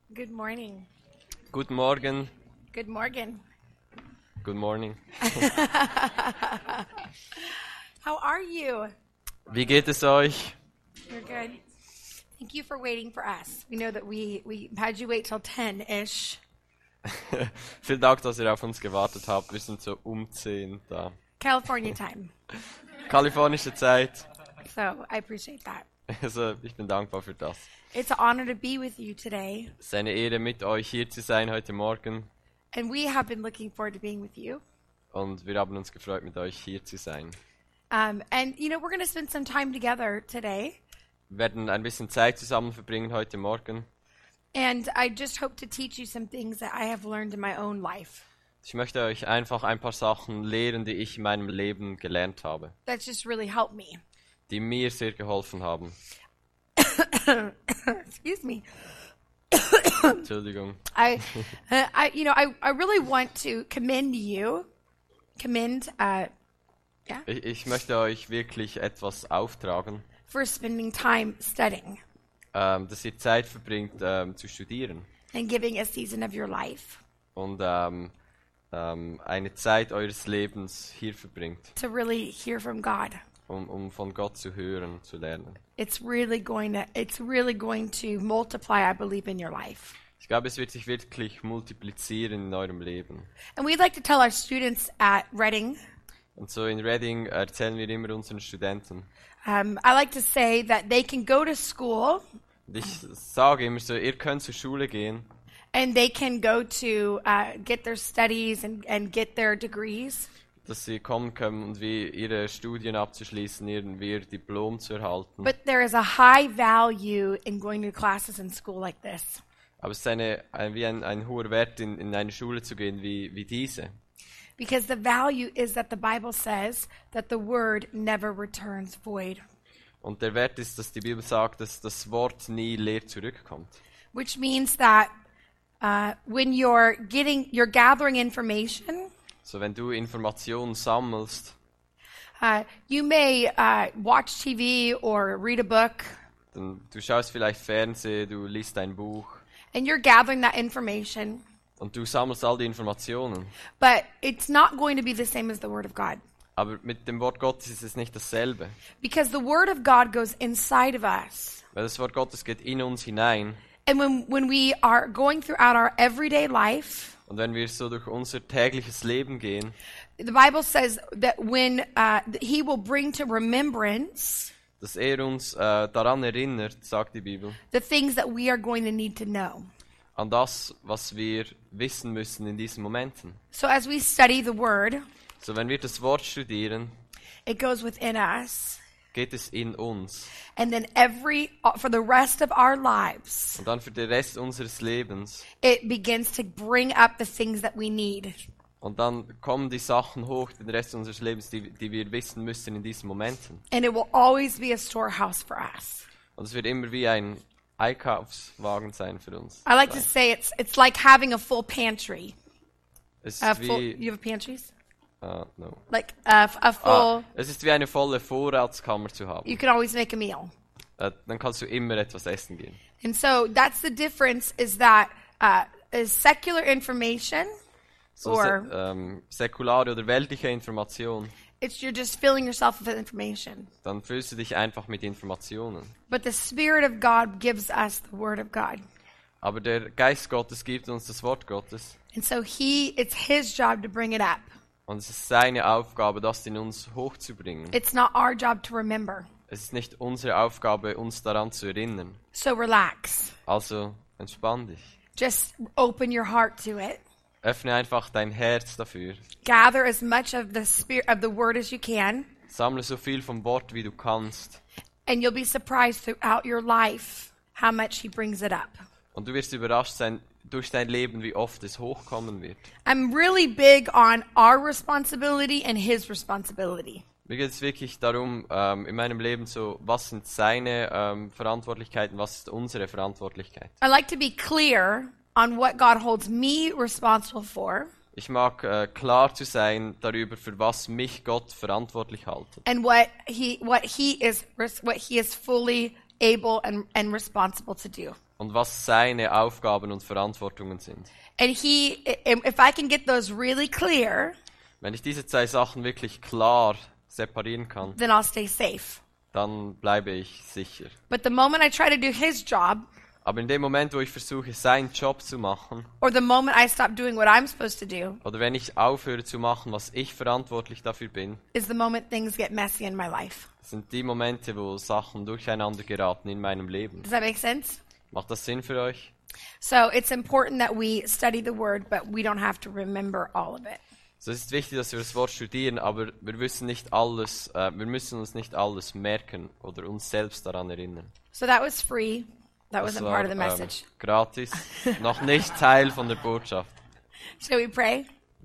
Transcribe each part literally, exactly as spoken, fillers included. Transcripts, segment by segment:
Good morning. Guten Morgen. Good morning. Good morning. How are you? Wie geht es euch? We're good. Thank you for waiting for us. We know that we, we had you wait till ten-ish. Vielen Dank, dass ihr auf uns gewartet habt. Wir sind so um zehn da. California time. Kalifornische Zeit. So I appreciate that. Also, ich bin dankbar für das. It's an honor to be with you today. Es ist eine Ehre, mit euch hier zu sein heute Morgen. And we have been looking forward to being with you. Und wir haben uns gefreut, mit euch hier zu sein. Um, and, you know, we're going to spend some time together today. Wir werden ein bisschen Zeit zusammen verbringen heute Morgen. And I just hope to teach you some things that I have learned in my own life. Ich möchte euch einfach ein paar Sachen lehren, die ich in meinem Leben gelernt habe. That's just really helped me. Die mir sehr geholfen haben. Excuse me. Entschuldigung. I, uh, I, you know, I, I really want to commend you, commend, uh, yeah, Ich, ich möchte euch wirklich etwas auftragen, for spending time studying ähm, dass ihr Zeit verbringt, ähm, zu studieren. and giving a season of your life Und ähm, ähm, eine Zeit eures Lebens hier verbringt, to really hear from God. um, um von Gott zu hören, zu lernen. It's really going to, it's really going to multiply, I believe, in your life. Ich glaube, es wird sich wirklich multiplizieren in eurem Leben. And we'd like to tell our students at Reading, Und so in Reading erzählen wir immer unseren Studenten. um, I like to say that they can go to school Und ich sage immer so, ihr könnt zur Schule gehen and they can go to uh, get their studies and, and get their degrees. dass sie kommen können und wie ihre Studien abzuschließen, irgendwie ihr Diplom zu erhalten. But there is a high value in going to classes in school like this. Aber es ist eine, ein, wie ein, ein hoher Wert, in, in eine Schule zu gehen wie, wie diese. Because the value is that the Bible says that the word never returns void. Und der Wert ist, dass die Bibel sagt, dass das Wort nie leer zurückkommt. Which means that uh, when you're getting, you're gathering information, So, wenn du Informationen sammelst, uh, you may uh, watch T V or read a book, dann du schaust vielleicht Fernsehen, du liest ein Buch and you're gathering that information, und du sammelst all die Informationen. but it's not going to be the same as the Word of God. Aber mit dem Wort Gottes ist es nicht dasselbe. Because the Word of God goes inside of us. Weil das Wort Gottes geht in uns hinein. And when, when we are going throughout our everyday life, Und wenn wir so durch unser tägliches Leben gehen, the Bible says that when uh, that He will bring to remembrance dass er uns äh, daran erinnert, sagt die Bibel, the things that we are going to need to know. an das, was wir wissen müssen in diesen Momenten. So as we study the Word, So, wenn wir das Wort studieren, it goes within us. geht es in uns. And then every, for the rest of our lives, Und dann für den Rest unseres Lebens. it begins to bring up the things that we need. Und dann kommen die Sachen hoch, den Rest unseres Lebens, die, die wir wissen müssen in diesen Momenten. And it will always be a storehouse for us. Und es wird immer wie ein Einkaufswagen sein für uns. I like to say it's it's like having a full pantry. Es A ist full, wie, you have pantries? ah, no. Like a, a full, ah, es ist wie eine volle Vorratskammer zu haben. you can always make a meal. Äh, dann kannst du immer etwas essen gehen. And so that's the difference is that uh, is secular information, So or se ähm, säkulare oder weltliche Information, it's you're just filling yourself with information. dann füllst du dich einfach mit Informationen. But the Spirit of God gives us the Word of God. Aber der Geist Gottes gibt uns das Wort Gottes. And so he, it's his job to bring it up. Und es ist seine Aufgabe, das in uns hochzubringen. It's not our job to remember. Es ist nicht unsere Aufgabe, uns daran zu erinnern. So relax. Also entspann dich. Just open your heart to it. Öffne einfach dein Herz dafür. Gather as much of the spirit of the word as you can, Sammle so viel vom Wort, wie du kannst. and you'll be surprised throughout your life how much he brings it up. Und du wirst überrascht sein durch dein Leben, wie oft es hochkommen wird. I'm really big on our responsibility and his responsibility. Mir geht es wirklich darum, ähm, in meinem Leben so, was sind seine ähm, Verantwortlichkeiten, was ist unsere Verantwortlichkeit. I like to be clear on what God holds me responsible for Ich mag äh, klar zu sein darüber, für was mich Gott verantwortlich haltet. and what he what he is res- what he is fully able and, and responsible to do. und was seine Aufgaben und Verantwortungen sind. And he, if I can get those really clear, Wenn ich diese zwei Sachen wirklich klar separieren kann, then I'll stay safe. dann bleibe ich sicher. But the moment I try to do his job, Aber in dem Moment, wo ich versuche, seinen Job zu machen, or the moment I stop doing what I'm supposed to do, oder wenn ich aufhöre zu machen, was ich verantwortlich dafür bin, is the moment things get messy in my life. sind die Momente, wo Sachen durcheinander geraten in meinem Leben. Does that make sense? Macht das Sinn für euch? So it's important that we study the word, but we don't have to remember all of it. So, es ist wichtig, dass wir das Wort studieren, aber wir wissen nicht alles, äh, wir müssen uns nicht alles merken oder uns selbst daran erinnern. So that was free. That Das wasn't war part of the ähm, message. gratis, noch nicht Teil von der Botschaft. Shall we pray?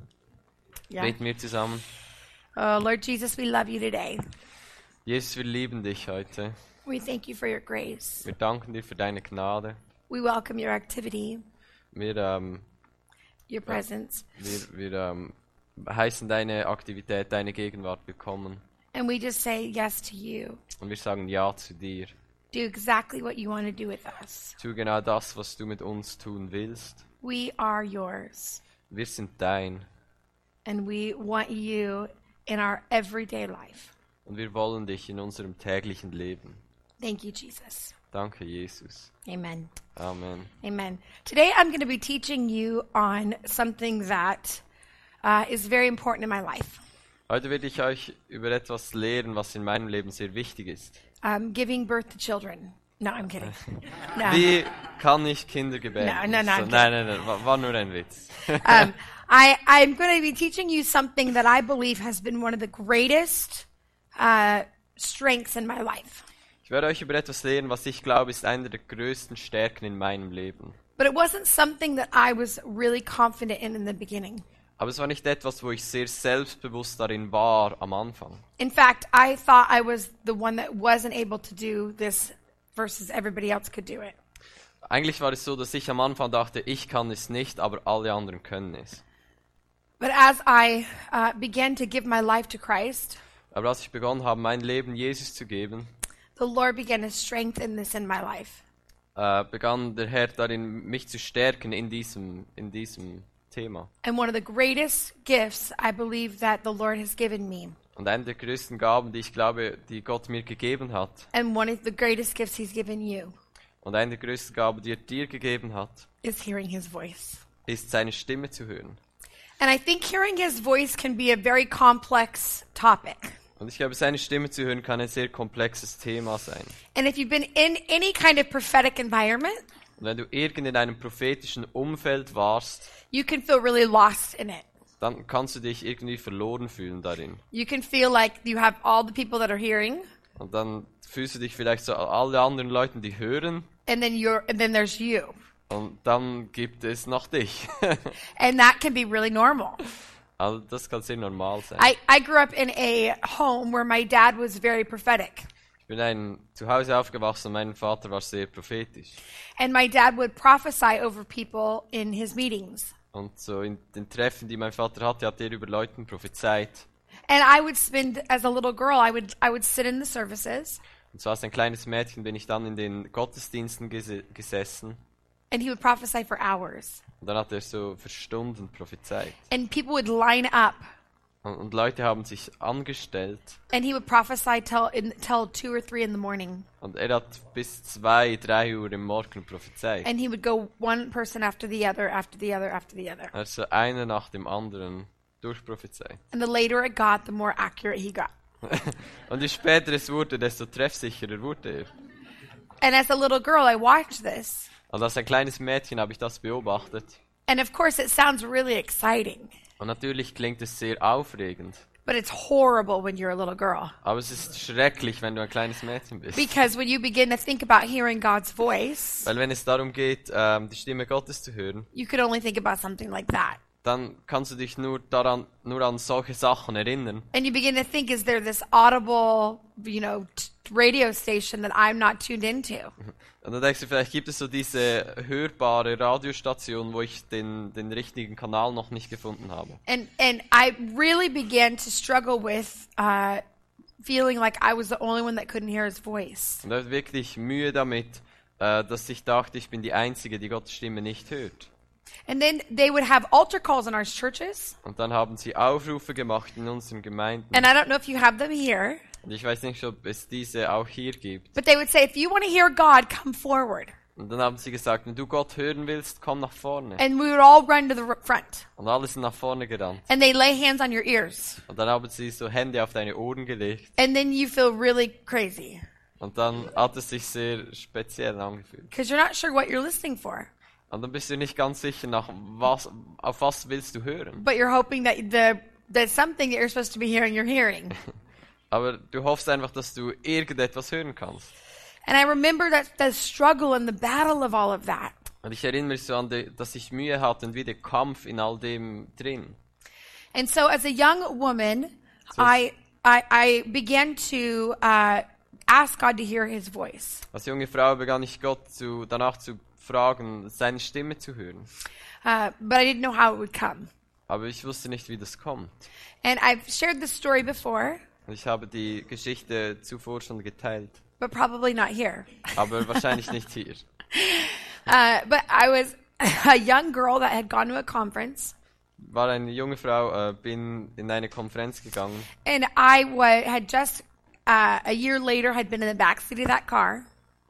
Yeah. Beten wir zusammen. Oh, Lord Jesus, we love you today. Jesus, wir lieben dich heute. We thank you for your grace. Wir danken dir für deine Gnade. We welcome your activity, Wir, ähm, your presence, wir, wir ähm, heißen deine Aktivität, deine Gegenwart willkommen. and we just say yes to you. Und wir sagen Ja zu dir. Do exactly what you want to do with us. Tu genau das, was du mit uns tun willst. We are yours, Wir sind dein. and we want you in our everyday life. Und wir wollen dich in unserem täglichen Leben. Thank you, Jesus. Danke, Jesus. Amen. Amen. Amen. Today I'm going to be teaching you on something that uh, is very important in my life. Heute werde ich euch über etwas lehren, was in meinem Leben sehr wichtig ist. Um, giving birth to children. No, I'm kidding. No. Wie kann ich Kinder gebären? No, no, no, So, I'm nein, nein, nein, war, war nur ein Witz. um, I, I'm going to be teaching you something that I believe has been one of the greatest uh, strengths in my life. Ich werde euch über etwas lehren, was ich glaube, ist eine der größten Stärken in meinem Leben. But it wasn't something that I was really confident in in the beginning. Aber es war nicht etwas, wo ich sehr selbstbewusst darin war am Anfang. In fact, I thought I was the one that wasn't able to do this versus everybody else could do it. Eigentlich war es so, dass ich am Anfang dachte, ich kann es nicht, aber alle anderen können es. But as I uh, began to give my life to Christ, Aber als ich begonnen habe, mein Leben Jesus zu geben, the Lord began to strengthen this in my life. äh, begann der Herr darin, mich zu stärken in diesem, in diesem Thema. And one of the greatest gifts I believe that the Lord has given me, Und eine der größten Gaben, die ich glaube, die Gott mir gegeben hat, and one of the greatest gifts He's given you, und eine der größten Gaben, die er dir gegeben hat, is hearing His voice. ist seine Stimme zu hören. And I think hearing His voice can be a very complex topic. Und ich glaube, seine Stimme zu hören kann ein sehr komplexes Thema sein. And if you've been in any kind of prophetic environment, Und wenn du irgend in einem prophetischen Umfeld warst, you can feel really lost in it. dann kannst du dich irgendwie verloren fühlen darin. You can feel like you have all the people that are hearing, Und dann fühlst du dich vielleicht so, alle anderen Leute, die hören, and then you're, and then there's you, und dann gibt es noch dich. and that can be really normal. Also das kann sehr normal sein. I, I grew up in a home where my dad was very prophetic, Ich bin ein zu Hause aufgewachsen und mein Vater war sehr prophetisch. and my dad would prophesy over people in his meetings. Und so in den Treffen, die mein Vater hatte, hat er über Leuten prophezeit. And I would spend, as a little girl, I would I would sit in the services, Und so als ein kleines Mädchen bin ich dann in den Gottesdiensten gese gesessen. and he would prophesy for hours. Und dann hat er so für Stunden prophezeit. And people would line up, Und, und Leute haben sich angestellt. and he would prophesy till in, till two or three in the morning. Und er hat bis zwei, drei Uhr im Morgen prophezeit. And he would go one person after the other, after the other, after the other. Also einer nach dem anderen durchprophezeit. And the later it got, the more accurate he got. Und je später es wurde, desto treffsicherer wurde er. And as a little girl, I watched this. Und als ein kleines Mädchen habe ich das beobachtet. And of course, it sounds really exciting, Und natürlich klingt es sehr aufregend. but it's horrible when you're a little girl. Aber es ist schrecklich, wenn du ein kleines Mädchen bist. Because when you begin to think about hearing God's voice, Weil wenn es darum geht, ähm, die Stimme Gottes zu hören, you could only think about something like that. dann kannst du dich nur daran, nur an solche Sachen erinnern. And you begin to think, is there this audible, you know, t- radio station that I'm not tuned into? Und dann denkst du, vielleicht gibt es so diese hörbare Radiostation, wo ich den, den richtigen Kanal noch nicht gefunden habe. And and I really began to struggle with uh, feeling like I was the only one that couldn't hear his voice. Und er hat wirklich Mühe damit, äh, dass ich dachte, ich bin die Einzige, die Gottes Stimme nicht hört. And then they would have altar calls in our churches. Und dann haben sie Aufrufe gemacht in unseren Gemeinden. And I don't know if you have them here. Und ich weiß nicht, ob es diese auch hier gibt. But they would say, if you want to hear God, come forward. Und dann haben sie gesagt, wenn du Gott hören willst, komm nach vorne. And we would all run to the r- front. Und alle sind nach vorne gerannt. And they lay hands on your ears. Und dann haben sie so Hände auf deine Ohren gelegt. And then you feel really crazy. Und dann hat es sich sehr speziell angefühlt. Because you're not sure what you're listening for. Und dann bist du nicht ganz sicher, nach was, auf was willst du hören. But you're hoping that the that something that you're supposed to be hearing, you're hearing. Aber du hoffst einfach, dass du irgendetwas hören kannst. And I remember that the struggle and the battle of all of that. Und ich erinnere mich so an, die, dass ich Mühe hatte und wie der Kampf in all dem drin. And so as a young woman, So- I, I I began to uh, ask God to hear his voice. Als junge Frau begann ich Gott zu, danach zu fragen, seine Stimme zu hören. Uh, but I didn't know how it would come. Aber ich wusste nicht, wie das kommt. And I've shared this story before, Und ich habe die Geschichte zuvor schon geteilt. but probably not here. Aber wahrscheinlich nicht hier. Uh, but I was a young girl that had gone to a conference, War eine junge Frau, äh, bin in eine Konferenz gegangen. and I wa- had just uh, a year later had been in the backseat of that car.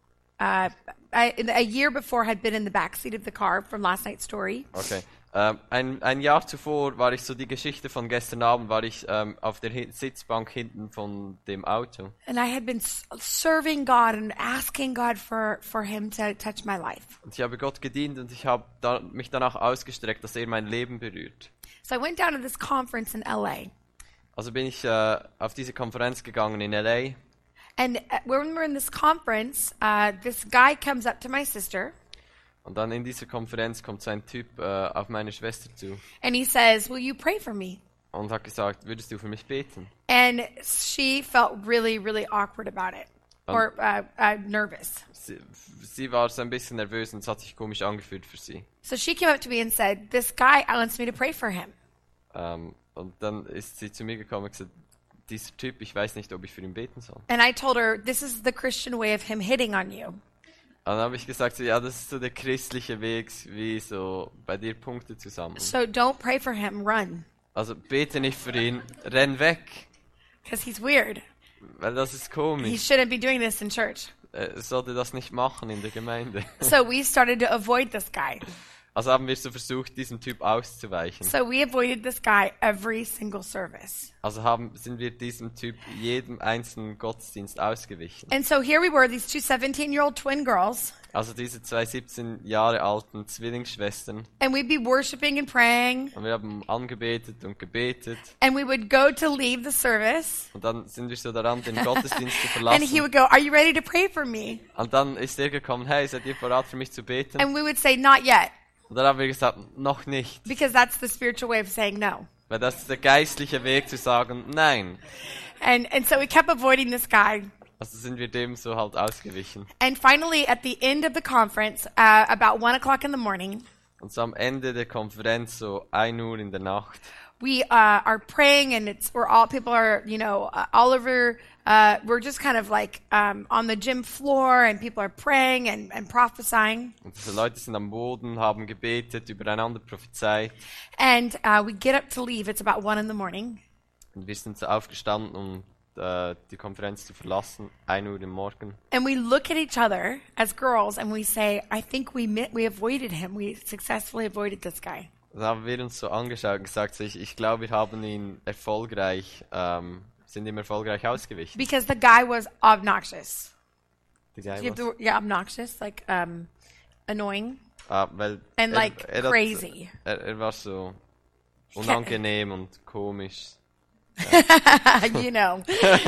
Uh, I, a year before had been in the backseat of the car from last night's story. Okay. Ähm, ein, ein Jahr zuvor war ich so die Geschichte von gestern Abend, war ich ähm, auf der Hi- Sitzbank hinten von dem Auto. And I had been s- serving God and asking God for, for him to touch my life. Und ich habe Gott gedient und ich habe da, mich danach ausgestreckt, dass er mein Leben berührt. So I went down to this conference in L A. Also bin ich äh, auf diese Konferenz gegangen in L A. And uh, when we were in this conference, uh, this guy comes up to my sister Und dann in dieser Konferenz kommt so ein Typ äh, auf meine Schwester zu and he says, "Will you pray for me?" und hat gesagt, würdest du für mich beten? And she felt really, really awkward about it or uh, uh, nervous. Sie, sie war so ein bisschen nervös und es hat sich komisch angefühlt für sie. So she came up to me and said, "This guy wants me to pray for him." Ähm, und dann ist sie zu mir gekommen und gesagt, dieser Typ, ich weiß nicht, ob ich für ihn beten soll. And I told her, "This is the Christian way of him hitting on you." Und dann habe ich gesagt, so, ja, das ist so der christliche Weg, wie so bei dir Punkte zu sammeln. So don't pray for him, run, Also bete nicht für ihn, renn weg, because he's weird. weil das ist He komisch. shouldn't be doing this in church. Er sollte das nicht machen in der Gemeinde. So we started to avoid this guy. Also haben wir so versucht, diesem Typ auszuweichen. So we avoided this guy every single service. Also haben, sind wir diesem Typ jedem einzelnen Gottesdienst ausgewichen. And so here we were, these two seventeen-year-old twin girls, Also diese zwei siebzehn Jahre alten Zwillingsschwestern. and we'd be worshiping and praying, Und wir haben angebetet und gebetet. and we would go to leave the service, Und dann sind wir so daran, den Gottesdienst zu and he verlassen. would go, "Are you ready to pray for me?" Und dann ist er gekommen, hey, seid ihr bereit für mich zu beten? And we would say, "Not yet," Und dann haben wir gesagt, noch nicht. because that's the spiritual way of saying no. Weil das ist der geistliche Weg zu sagen, nein. And and so we kept avoiding this guy. Also sind wir dem so halt ausgewichen. And finally, at the end of the conference, uh, about one o'clock in the morning, Und so am Ende der Konferenz, so ein Uhr in der Nacht, we uh, are praying, and it's we're all people are you know uh, all over. Uh, we're just kind of like um, on the gym floor, and people are praying and, and prophesying. und diese Leute sind am Boden, haben gebetet, übereinander prophezeit. And uh, we get up to leave. It's about one in the morning, Und wir sind so aufgestanden, um äh, die Konferenz zu verlassen, ein Uhr im Morgen. and we look at each other as girls, and we say, "I think we mi- we avoided him. We successfully avoided this guy." Dann haben wir uns so angeschaut und gesagt, so, ich, ich glaube, wir haben ihn erfolgreich, ähm, sind ihm erfolgreich ausgewichen. Because the guy was obnoxious. Die Guy Do you have the was- word- yeah, obnoxious, like um, annoying Ah, weil and er- like er hat- crazy. Er, er war so unangenehm und komisch. You know.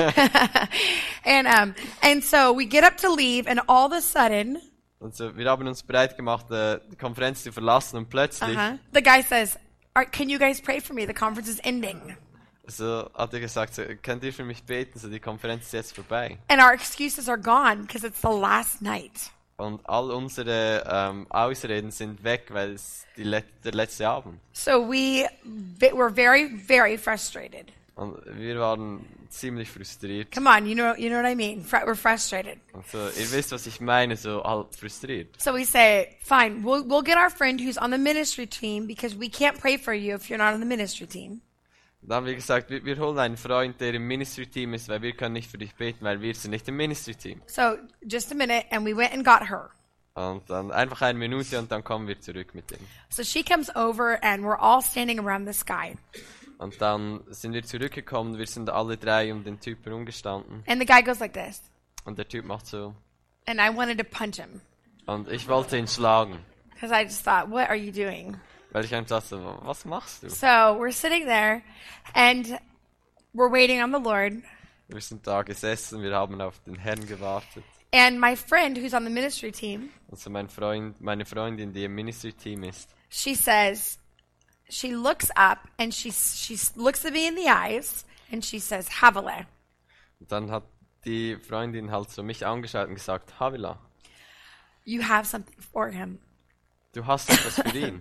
and um, and so we get up to leave, and all of a sudden, Und so, wir haben uns bereit gemacht, äh, die Konferenz zu verlassen und plötzlich uh-huh, the guy says, "Are- Can you guys pray for me? The conference is ending." so, hat er gesagt, so, könnt ihr für mich beten, so, die Konferenz ist jetzt vorbei. And our excuses are gone because it's the last night. Und all unsere ähm, Ausreden sind weg, weil es die Let der letzte Abend. So we vi- were very, very frustrated. Und wir waren ziemlich frustriert. Come on, you know, you know what I mean. Fr- we're frustrated. Also, ihr wisst, was ich meine, so halt frustriert. So we say, fine, we'll, we'll get our friend who's on the ministry team because we can't pray for you if you're not on the ministry team. Da haben wir gesagt, wir, wir holen einen Freund, der im Ministry-Team ist, weil wir können nicht für dich beten, weil wir sind nicht im Ministry-Team. So just a minute, and we went and got her. Und dann einfach eine Minute und dann kommen wir zurück mit dem. So she comes over, and we're all standing around this guy. Und dann sind wir zurückgekommen, wir sind alle drei um den Typ herumgestanden. And the guy goes like this. Und der Typ macht so. And I wanted to punch him. Und ich wollte ihn schlagen. Because I just thought, what are you doing? Weil ich einfach dachte, was machst du? So we're sitting there, and we're waiting on the Lord. Wir sind da gesessen, wir haben auf den Herrn gewartet. And my friend, who's on the ministry team, Also mein Freund, meine Freundin, die im Ministry-Team ist, she says, she looks up, and she, she looks at me in the eyes, and she says, Havile. und dann hat die Freundin halt so mich angeschaut und gesagt, Havila, You have something for him. du hast etwas für ihn.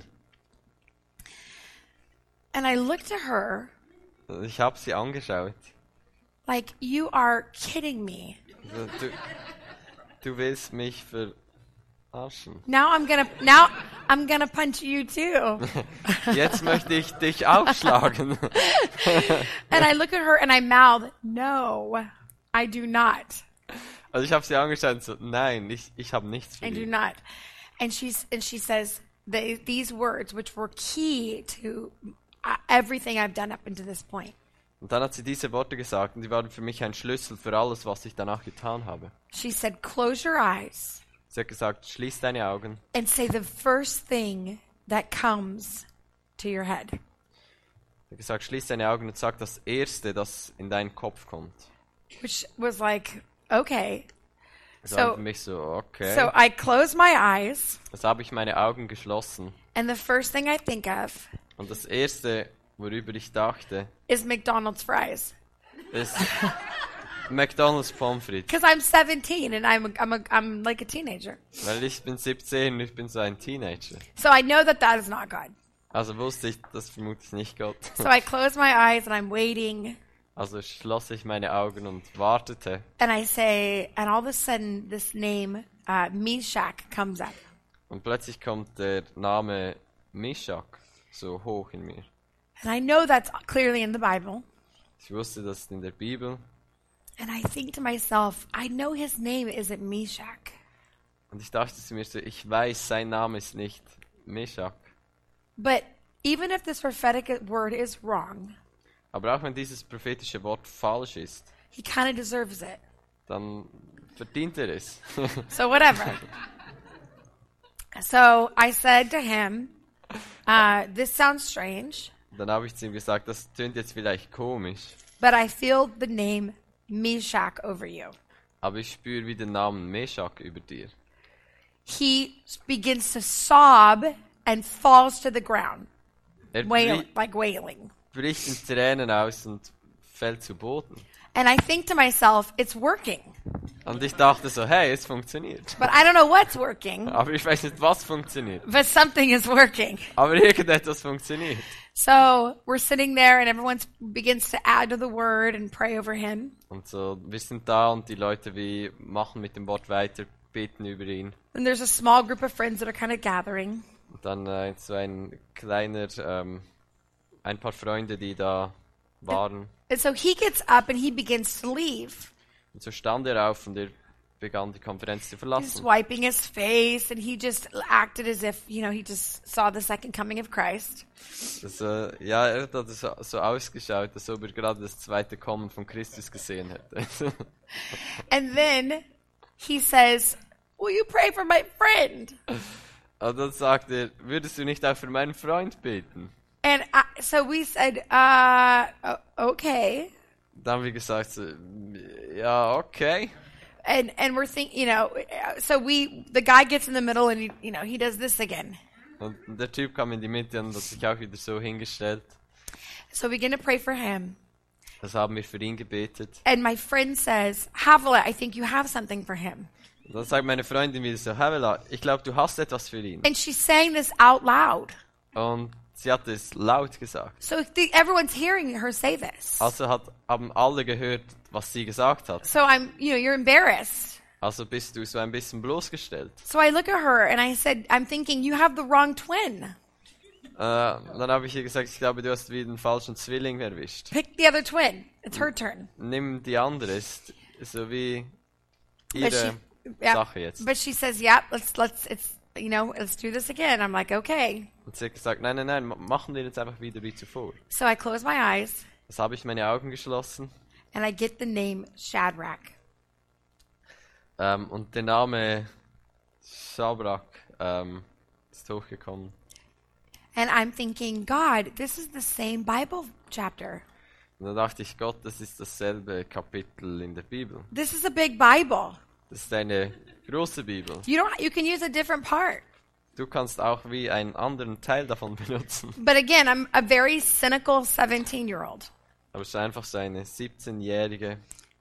And I looked at her Und ich habe sie angeschaut. like, you are kidding me. Also, du, du willst mich verarschen. Now I'm gonna, now I'm gonna punch you too. Jetzt möchte ich dich auch schlagen. And I look at her and I mouth, no, I do not. Also ich habe sie angeschaut und so, nein, ich, ich habe nichts für I do ihn. not. And she's, and she says they, these words, which were key to uh, everything I've done up until this point. Und dann hat sie diese Worte gesagt und die waren für mich ein Schlüssel für alles, was ich danach getan habe. She said, close your eyes Sie hat gesagt, schließ deine Augen and say the first thing that comes to your head. Sie hat gesagt, schließ deine Augen und sag das Erste, das in deinen Kopf kommt. Which was like, okay. Das war So, für mich so, okay. so I close my eyes, Also habe ich meine Augen geschlossen. and the first thing I think of Und das Erste, worüber ich dachte, is McDonald's fries. ist McDonald's Pommes frites. Because I'm seventeen and I'm a, I'm a, I'm like a teenager. Weil ich bin siebzehn und ich bin so ein Teenager. So I know that that is not God. Also wusste ich, das vermute ich nicht Gott. So I close my eyes and I'm waiting, Also schloss ich meine Augen und wartete. and I say, and all of a sudden this name, uh, Meshach, comes up. Und plötzlich kommt der Name Meshach so hoch in mir. And I know that's clearly in the Bible. Ich wusste, das ist in der Bibel. And I think to myself, I know his name isn't Meshach. Und ich dachte zu mir so, ich weiß, sein Name ist nicht Meshach. But even if this prophetic word is wrong, Aber auch wenn dieses prophetische Wort falsch ist, he kind of deserves it. dann verdient er es. So whatever. So I said to him, uh, this sounds strange, Dann habe ich zu ihm gesagt, das klingt jetzt vielleicht komisch, but I feel the name Meshach over you. aber ich spüre wie den Namen Meshach über dir. He begins to sob and falls to the ground, Er wail, bri- like wailing. bricht in Tränen aus und fällt zu Boden. And I think to myself, it's working, Und ich dachte so, hey, es funktioniert. but I don't know what's working, Aber ich weiß nicht, was funktioniert. but something is working. Aber irgendetwas funktioniert. So we're sitting there and everyone begins to add to the word and pray over him. Und so, wir sind da und die Leute wie machen mit dem Wort weiter, beten über ihn. And there's a small group of friends that are kind of gathering. Und dann äh, so ein kleiner, ähm, ein paar Freunde, die da waren. And so he gets up and he begins to leave. Und so stand er auf und er begann die Konferenz zu He's verlassen. wiping his face and he just acted as if, you know, he just saw the second coming of Christ. Das, äh, ja, er hat so, so ausgeschaut, als ob er gerade das zweite Kommen von Christus gesehen hätte. And then he says, will you pray for my friend? Und dann sagt er, würdest du nicht auch für meinen Freund beten? And I, so we said, uh, o- okay. Dann haben wir gesagt, so, ja, okay. And and we're thinking, you know, so we, the guy gets in the middle and, he, you know, he does this again. Und der Typ kam in die Mitte und hat sich auch wieder so hingestellt. So we begin to pray for him. Das haben wir für ihn gebetet. And my friend says, Havila, I think you have something for him. Und dann sagt meine Freundin wieder so, Havila, ich glaube, du hast etwas für ihn. And she's saying this out loud. Und Sie hat es laut gesagt. So the, everyone's hearing her say this. Also hat, haben alle gehört, was sie gesagt hat. So I'm, you know, you're embarrassed. Also bist du so ein bisschen bloßgestellt. So I look at her and I said, I'm thinking, you have the wrong twin. Äh, dann habe ich ihr gesagt, ich glaube, du hast wieder den falschen Zwilling erwischt. Pick the other twin. It's her turn. Nimm die andere, ist so wie But ihre she, yeah, Sache jetzt. but she says, yeah, let's, let's, it's, you know, let's do this again. I'm like, okay. Und sie hat gesagt, nein, nein, nein, ma- machen wir jetzt einfach wieder wie zuvor. So I close my eyes Das habe ich meine Augen geschlossen. and I get the name Shadrach. Ähm, und der Name Shadrach ähm, ist hochgekommen. And I'm thinking, God, this is the same Bible chapter. Und dann dachte ich, Gott, das ist dasselbe Kapitel in der Bibel. This is a big Bible. Das ist eine große Bibel. You don't, you can use a different part. Du kannst auch wie einen anderen Teil davon benutzen. But again, I'm a very cynical seventeen year old. Aber es ist einfach so eine siebzehnjährige.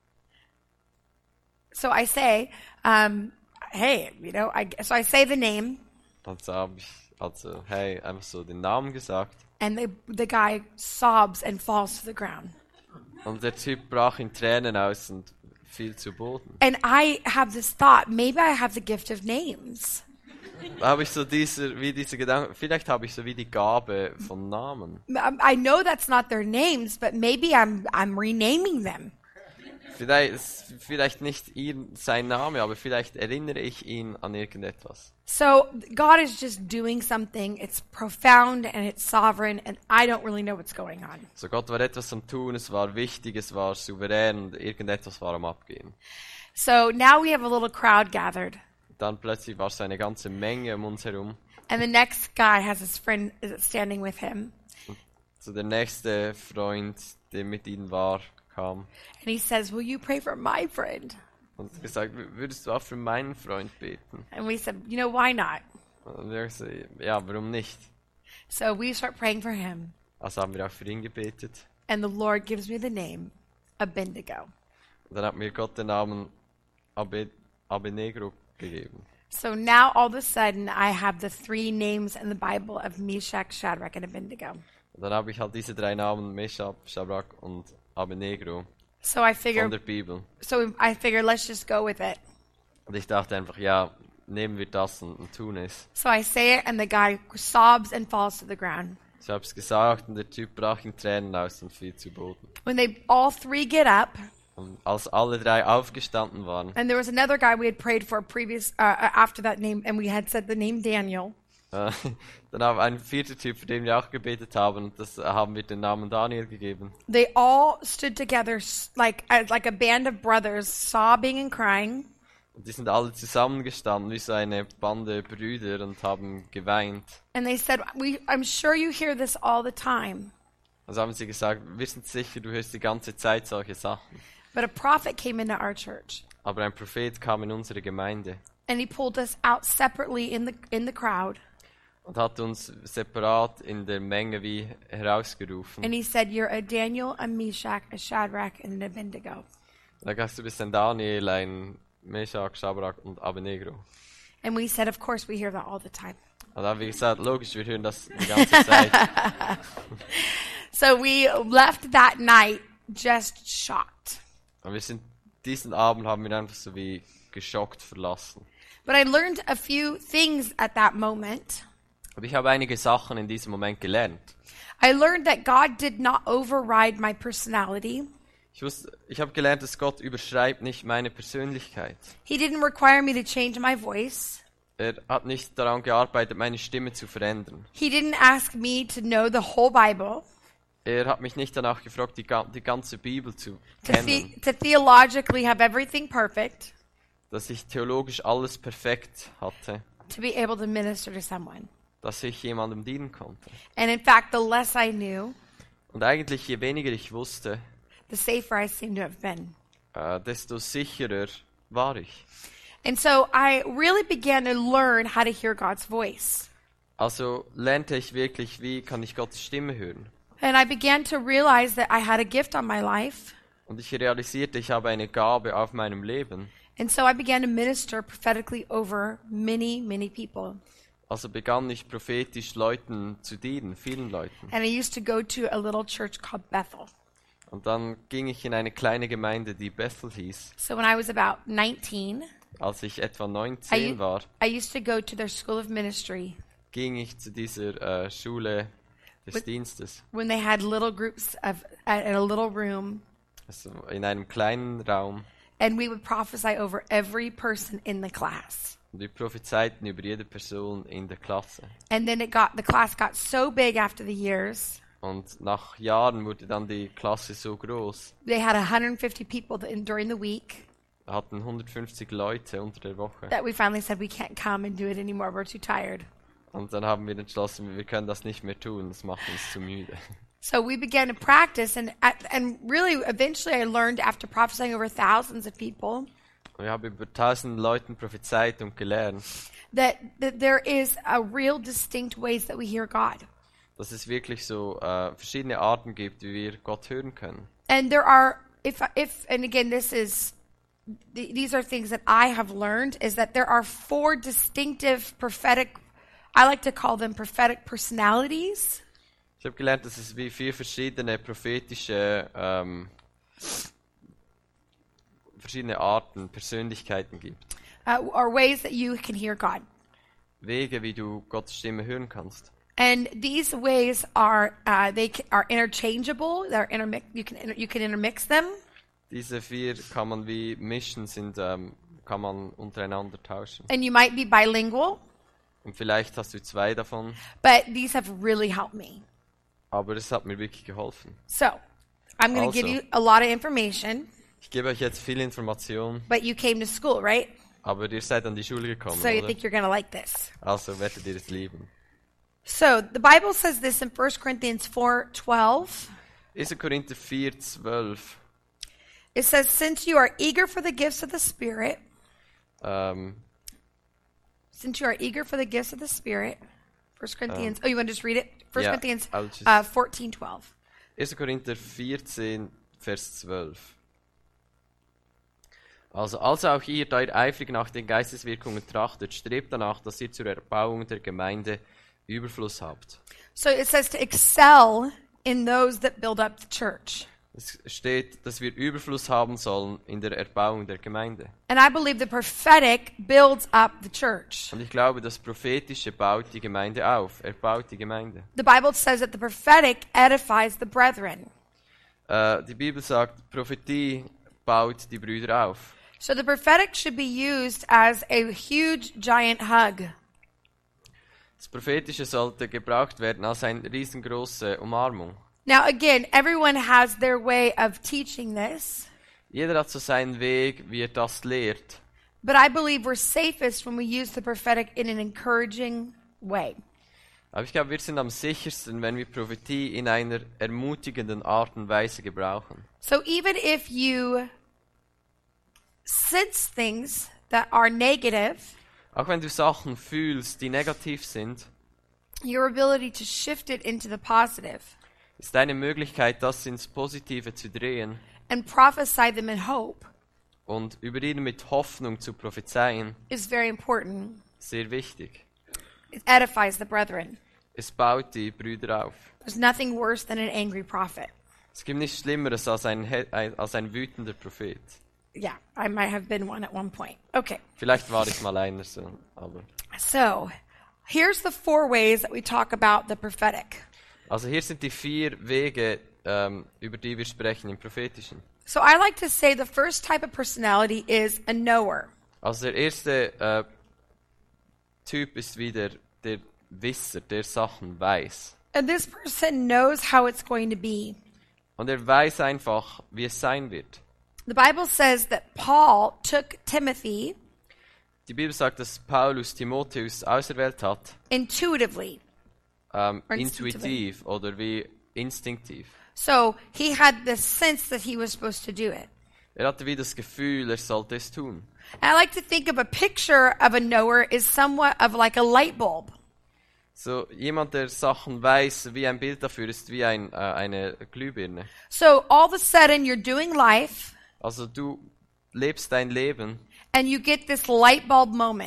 So I say, um, hey, you know, I, so I say the name, Also habe ich also, hey, einfach so den Namen gesagt. and the, the guy sobs and falls to the ground. Und der Typ brach in Tränen aus und fiel zu Boden. And I have this thought, maybe I have the gift of names. Da habe ich so diese, wie diese Gedanken, vielleicht habe ich so wie die Gabe von Namen. Um, I know that's not their names, but maybe I'm, I'm renaming them. Vielleicht, ist vielleicht nicht ihn, sein Name, aber vielleicht erinnere ich ihn an irgendetwas. So God is just doing something. It's profound and it's sovereign, and I don't really know what's going on. So Gott war etwas am Tun, es war wichtig, es war souverän und irgendetwas war am Abgehen. So now we have a little crowd gathered, Dann plötzlich war so eine ganze Menge um uns herum. and the next guy has his friend standing with him, So der nächste Freund, der mit ihnen war, kam and he says, "Will you pray for my friend?" und hat gesagt, würdest du auch für meinen Freund beten? And we said, "You know, why not?" Und wir so, ja, warum nicht? So we start praying for him, Also haben wir auch für ihn gebetet. and the Lord gives me the name Abednego. Und dann hat mir Gott den Namen Abe, Abednego gegeben. So now all of a sudden I have the three names in the Bible of Meshach, Shadrach, and Abednego. Und dann habe ich halt diese drei Namen, Meshach, Shadrach und Abednego, So I von figure, der Bibel. so I figure, let's just go with it. Und ich dachte einfach, ja, nehmen wir das und, und tun es. So I say it, and the guy sobs and falls to the ground. Ich habe es gesagt und der Typ brach in Tränen aus und fiel zu Boden. When they all three get up, Und als alle drei aufgestanden waren, and there was another guy we had prayed for previous uh, uh, after that name, and we had said the name Daniel. äh, dann haben wir einen vierten Typ, für den wir auch gebetet haben, das äh, haben wir den Namen Daniel gegeben. They all stood together s- like as like a band of brothers, sobbing and crying. Und die sind alle zusammengestanden wie so eine Bande Brüder und haben geweint. And they said, "We, I'm sure you hear this all the time." Also haben sie gesagt, wir sind sicher, du hörst die ganze Zeit solche Sachen. But a prophet came into our church, Aber ein Prophet kam in unsere Gemeinde and he pulled us out separately in the in the crowd, und hat uns separat in der Menge wie herausgerufen. and he said, "You're a Daniel, a Meshach, a Shadrach, and an Abednego." Und er sagt, du bist ein Daniel, ein Meshach, Shadrach und Abednego. And we said, "Of course, we hear that all the time." Und dann haben wir gesagt, logisch, wir hören das die ganze Zeit. So we left that night just shocked. Und wir sind, diesen Abend haben wir einfach so wie geschockt verlassen. But I learned a few things at that moment. Aber ich habe einige Sachen in diesem Moment gelernt. I learned that God did not override my personality. Ich, wusste, ich habe gelernt, dass Gott überschreibt nicht meine Persönlichkeit. He didn't require me to change my voice. Er hat nicht daran gearbeitet, meine Stimme zu verändern. He didn't ask me to know the whole Bible, Er hat mich nicht danach gefragt, die, ga- die ganze Bibel zu to, kennen, the- to theologically have everything perfect, dass ich theologisch alles perfekt hatte, to be able to minister to someone. dass ich jemandem dienen konnte. And in fact, the less I knew, Und eigentlich, je weniger ich wusste, the safer I seemed to have been. äh, desto sicherer war ich. And so I really began to learn how to hear God's voice. Also lernte ich wirklich, wie kann ich Gottes Stimme hören. And I began to realize that I had a gift on my life. Und ich realisierte, ich habe eine Gabe auf meinem Leben. And so I began to minister prophetically over many, many people. Also begann ich prophetisch Leuten zu dienen, vielen Leuten. And I used to go to a little church called Bethel. Und dann ging ich in eine kleine Gemeinde, die Bethel hieß. So when I was about nineteen, Als ich etwa I, neunzehn war, I used to go to their school of ministry ging ich zu dieser äh, Schule des With- Dienstes. when they had little groups of at, in a little room, Also in einem kleinen Raum. and we would prophesy over every person in the class. Und wir prophezeiten über jede Person in der Klasse. And then it got the class got so big after the years. Und nach Jahren wurde dann die Klasse so groß. They had one hundred fifty people th- in, during the week Wir hatten hundertfünfzig Leute unter der Woche. that we finally said we can't come and do it anymore. We're too tired. Und dann haben wir entschlossen, wir können das nicht mehr tun, das macht uns zu müde. So we began to practice, and and really, eventually, I learned after prophesying over thousands of people Und ich habe über tausend Leuten prophezeit und gelernt, that, that there is a real distinct ways that we hear God, dass es wirklich so äh, verschiedene Arten gibt, wie wir Gott hören können. and there are if if and again, this is th- these are things that I have learned is that there are four distinctive prophetic. I like to call them prophetic personalities. Ich habe gelernt, dass es wie vier verschiedene prophetische, ähm, verschiedene Arten, Persönlichkeiten gibt. Uh, or ways that you can hear God. Wege, wie du Gottes Stimme hören kannst. And these ways are uh, they ca- are interchangeable. They're intermix. You can inter- you can intermix them, Diese vier kann man wie mischen, sind, ähm, kann man untereinander tauschen. and you might be bilingual. Und vielleicht hast du zwei davon, But these have really helped me. aber es hat mir wirklich geholfen. So I'm going to give Also. you a lot of information. Ich gebe euch jetzt viel Information, But you came to school, right? aber ihr seid an die Schule gekommen, So you oder? think you're going to like this. Also werdet ihr es lieben. So the Bible says this in First Corinthians four twelve. erster Korinther vier, zwölf. It says, "Since you are eager for the gifts of the Spirit, Ähm, since you are eager for the gifts of the Spirit." First Corinthians. oh, you want to just read it? First yeah, Corinthians I'll just- uh, fourteen twelve. erster Korinther vierzehn, Vers zwölf. Also, als auch ihr, da ihr eifrig nach den Geisteswirkungen trachtet, strebt danach, dass ihr zur Erbauung der Gemeinde Überfluss habt. So it says to excel in those that build up the church. Es steht, dass wir Überfluss haben sollen in der Erbauung der Gemeinde. And I believe the prophetic builds up the church. Und ich glaube, das Prophetische baut die Gemeinde auf. Er baut die Gemeinde. The Bible says that the prophetic edifies the brethren. Äh, die Bibel sagt, Prophetie baut die Brüder auf. So the prophetic should be used as a huge, giant hug. Das Prophetische sollte gebraucht werden als eine riesengroße Umarmung. Now, again, everyone has their way of teaching this, Jeder hat so seinen Weg, wie er das lehrt. but I believe we're safest when we use the prophetic in an encouraging way. Aber ich glaube, wir sind am sichersten, wenn wir Prophetie in einer ermutigenden Art und Weise gebrauchen. So even if you sense things that are negative, Auch wenn du Sachen fühlst, die negativ sind, your ability to shift it into the positive ist eine Möglichkeit, das ins Positive zu drehen and prophesy them in hope und über ihnen mit Hoffnung zu prophezeien, is very important. sehr wichtig. It edifies the brethren. Es baut die Brüder auf. There's nothing worse than an angry prophet. Es gibt nichts Schlimmeres als ein, he- ein- als ein wütender Prophet. Yeah, I might have been one at one point. Okay, Vielleicht war ich mal einer so, aber... so here's the four ways that we talk about the prophetic. Also hier sind die vier Wege, ähm, über die wir sprechen im Prophetischen. So I like to say the first type of personality is a knower. Also der erste äh, Typ ist wieder der Wisser, der Sachen weiß. And this person knows how it's going to be. Und er weiß einfach, wie es sein wird. The Bible says that Paul took Timothy Die Bibel sagt, dass Paulus Timotheus auserwählt hat, intuitively. ähm, Or instinctively. intuitiv oder wie instinktiv. So he had the sense that he was supposed to do it. Er hatte wie das Gefühl, er sollte es tun. And I like to think of a picture of a knower is somewhat of like a light bulb. So jemand, der Sachen weiß, wie ein Bild dafür ist, wie ein, äh, eine Glühbirne. So all of a sudden you're doing life Also du lebst dein Leben and you get this light bulb moment.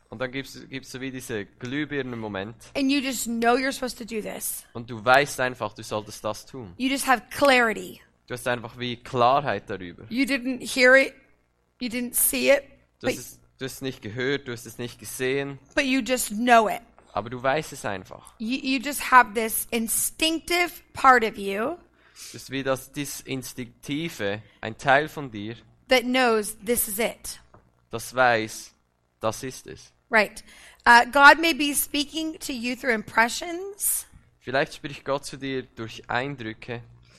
Und dann gibt's gibt's so wie diese Glühbirnen-Moment. And you just know you're supposed to do this. Und du weißt einfach, du solltest das tun. You just have clarity. Du hast einfach wie Klarheit darüber. You didn't hear it. You didn't see it. Du But, hast, es, du hast es nicht gehört, du hast es nicht gesehen, but you just know it. aber du weißt es einfach. You, you just have this instinctive part of you Das ist wie das, dieses Instinktive, ein Teil von dir, that knows this is it. das weiß, das ist es. Right. Uh, God may be speaking to you through impressions. Vielleicht spricht Gott zu dir durch Eindrücke.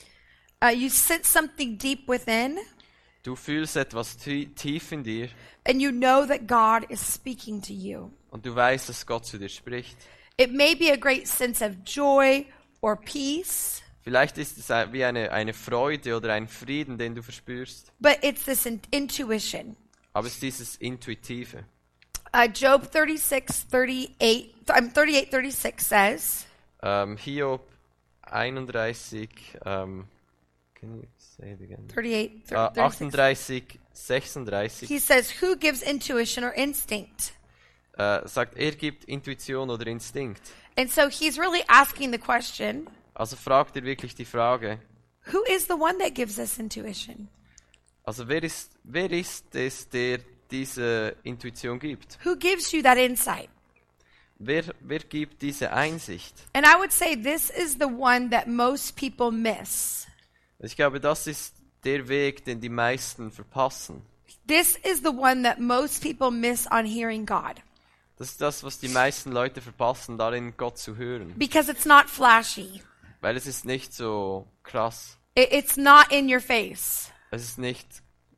Uh, you sense something deep within, Du fühlst etwas tie- tief in dir and you know that God is speaking to you. und du weißt, dass Gott zu dir spricht. It may be a great sense of joy or peace, Vielleicht ist es ein- wie eine, eine Freude oder ein Frieden, den du verspürst. but it's this in- intuition. Aber es ist dieses Intuitive. Uh, Job thirty-six, thirty-eight, um, thirty-eight, thirty-six says, Ähm, Hiob einunddreißig, ähm, can you say it again? thirty-eight, Äh, thirty-six. achtunddreißig, sechsunddreißig, He says, who gives intuition or instinct? äh, sagt, er gibt Intuition oder Instinkt. And so he's really asking the question, Also fragt er wirklich die Frage, who is the one that gives us intuition? also wer ist, wer ist es, der diese Intuition gibt? Who gives you that insight? Wer, wer gibt diese Einsicht? And I would say this is the one that most people miss. Ich glaube, das ist der Weg, den die meisten verpassen. This is the one that most people miss on hearing God. Das ist das, was die meisten Leute verpassen, darin Gott zu hören. Because it's not flashy. Weil es ist nicht so krass. It, it's not in your face. Es ist nicht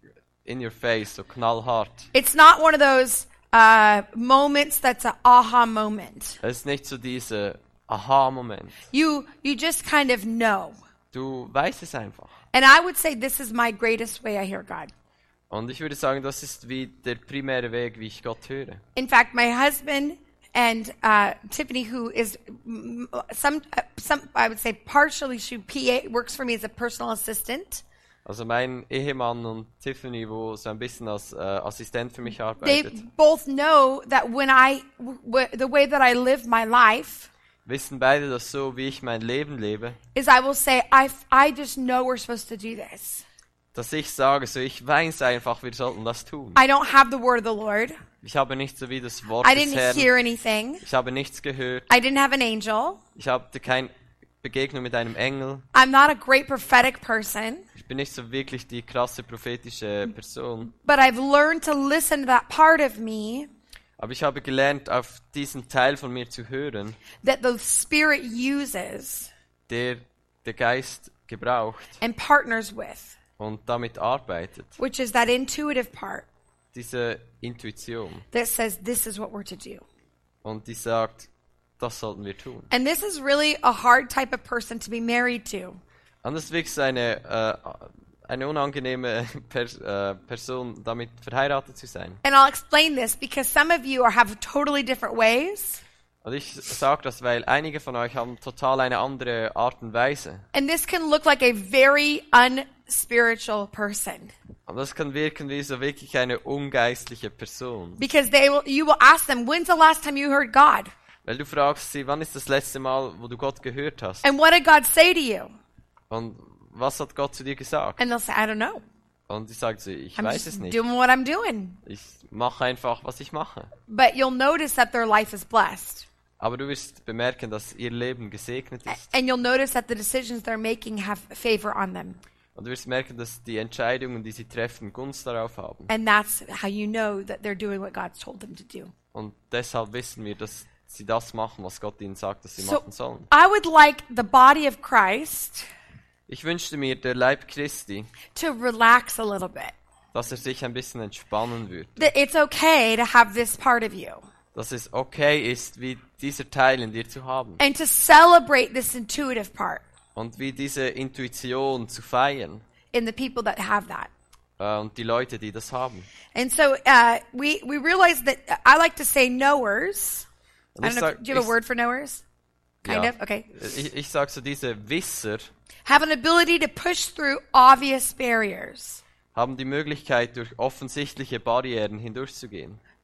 in your face, so knallhart. It's not one of those uh, moments that's an aha moment. Es ist nicht so dieser Aha-Moment. You, you just kind of know. Du weißt es einfach. And I would say this is my greatest way I hear God. Und ich würde sagen, das ist wie der primäre Weg, wie ich Gott höre. In fact, my husband and uh, Tiffany, who is mm, some, uh, some, I would say partially, she P A, works for me as a personal assistant. Also mein Ehemann und Tiffany, wo so ein bisschen als äh, Assistent für mich They arbeitet, both know that when I, w- the way that I live my life wissen beide, dass so, wie ich mein Leben lebe, is I will say, I, I just know we're supposed to do this. dass ich sage, so ich weiß einfach, wir sollten das tun. I don't have the word of the Lord. Ich habe nicht so wie das Wort I des didn't Herrn. hear anything. Ich habe nichts gehört. I didn't have an angel. Ich hatte keine Begegnung mit einem Engel. I'm not a great prophetic person, Ich bin nicht so wirklich die krasse prophetische Person. but I've learned to listen to that part of me Aber ich habe gelernt, auf diesen Teil von mir zu hören, that the Spirit uses der der Geist gebraucht and partners with, und damit arbeitet. which is that intuitive part Diese Intuition. that says this is what we're to do. Und die sagt, das sollten wir tun. And this is really a hard type of person to be married to. Und das ist wirklich eine, äh, eine unangenehme Pers äh, Person, damit verheiratet zu sein. And I'll explain this because some of you are, have totally different ways. Und ich sage das, weil einige von euch haben total eine andere Art und Weise. And this can look like a very unspiritual person. Und das kann wirken wie so wirklich eine ungeistliche Person. Because they will, you will ask them, when's the last time you heard God? Weil du fragst sie, wann ist das letzte Mal, wo du Gott gehört hast? And what did God say to you? Und was hat Gott zu dir gesagt? And they'll say, I don't know. Und ich sage sie, ich I'm weiß es just nicht. doing what I'm doing. Ich mache einfach, was ich mache. But you'll notice that their life is blessed. Aber du wirst bemerken, dass ihr Leben gesegnet ist. And you'll notice that the decisions they're making have favor on them. Und du wirst merken, dass die Entscheidungen, die sie treffen, Gunst darauf haben. And that's how you know that they're doing what God's told them to do. Und deshalb wissen wir, dass sie das machen, was Gott ihnen sagt, dass sie So machen sollen. I would like the body of Christ Ich wünschte mir, der Leib Christi, to relax a little bit. dass er sich ein bisschen entspannen würde. That it's okay to have this part of you. Dass es okay ist, wie dieser Teil in dir zu haben. And to celebrate this intuitive part Und wie diese Intuition zu feiern. in the people that have that. Äh, und die Leute, die das haben. And so uh, we, we realize that I like to say knowers. Und I ich don't know, sag, if, do you have a ich- word for knowers? Kind ja, of? Okay. Ich, ich sage so, diese Wisser Have an ability to push through obvious barriers. haben die Möglichkeit, durch offensichtliche Barrieren hindurchzugehen.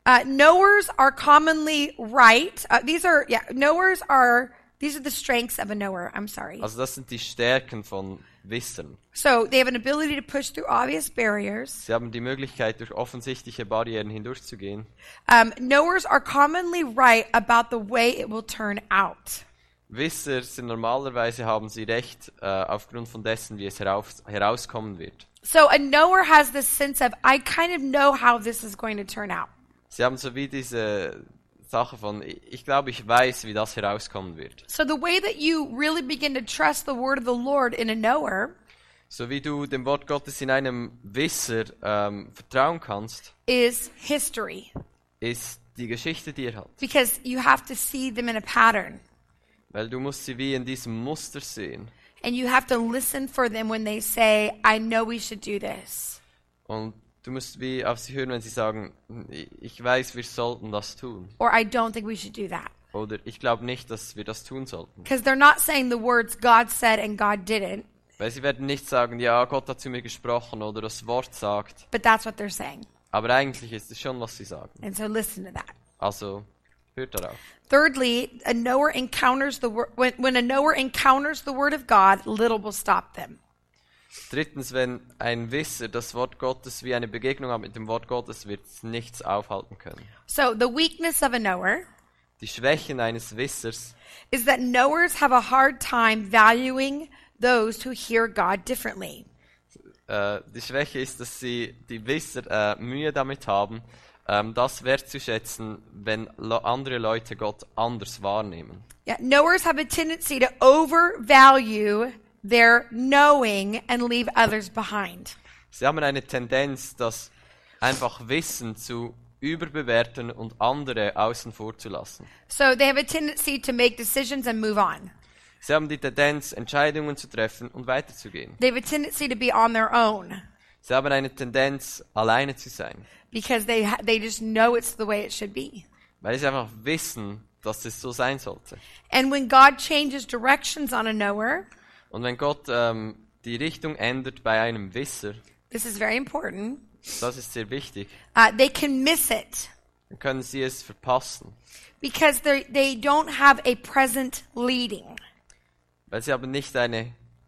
Uh, knowers are commonly right. Uh, these are, yeah, knowers are, these are the strengths of a knower. I'm sorry. Also das sind die Stärken von Wissern. So they have an ability to push through obvious barriers. Sie haben die Möglichkeit, durch offensichtliche Barrieren hindurchzugehen. Um, knowers are commonly right about the way it will turn out. Wisser sind normalerweise haben sie recht äh, aufgrund von dessen, wie es heraus, herauskommen wird. So a knower has this sense of, I kind of know how this is going to turn out. Sie haben so wie diese Sache von, ich glaube, ich weiß, wie das herauskommen wird. So the way that you really begin to trust the word of the Lord in a knower So wie du dem Wort Gottes in einem Wisser ähm, vertrauen kannst, is history. ist die Geschichte, die er hat. Because you have to see them in a pattern. Weil du musst sie wie in diesem Muster sehen. And you have to listen for them when they say, I know we should do this. Und du musst wie auf sie hören, wenn sie sagen, ich weiß, wir sollten das tun. Or I don't think we should do that. Oder ich glaube nicht, dass wir das tun sollten. Because they're not saying the words God said and God didn't. Weil sie werden nicht sagen, ja, Gott hat zu mir gesprochen oder das Wort sagt. But that's what they're saying. Aber eigentlich ist es schon, was sie sagen. And so listen to that. Also, hört darauf. Thirdly, a knower encounters the word, when, when a knower encounters the word of God, little will stop them. Drittens, wenn ein Wisser das Wort Gottes wie eine Begegnung hat mit dem Wort Gottes, wird es nichts aufhalten können. So the weakness of a knower Die Schwächen eines Wissers is that knowers have a hard time valuing those who hear God differently. Äh, die Schwäche ist, dass sie die Wisser äh, Mühe damit haben, ähm, das wertzuschätzen, wenn lo- andere Leute Gott anders wahrnehmen. Yeah, knowers have a tendency to overvalue their knowing and leave others behind. Sie haben eine Tendenz, das einfach Wissen zu überbewerten und andere außen vor zu lassen. So they have a tendency to make decisions and move on. Sie haben die Tendenz, Entscheidungen zu treffen und weiterzugehen. They have a tendency to be on their own Sie haben eine Tendenz, alleine zu sein, because they ha- they just know it's the way it should be. weil sie einfach wissen, dass es so sein sollte. And when God changes directions on a knower, Und wenn Gott ähm, die Richtung ändert bei einem Wisser, this is very important, das ist sehr wichtig, uh, they can miss it dann können sie es verpassen, because they they don't have a present leading. weil sie haben nicht eine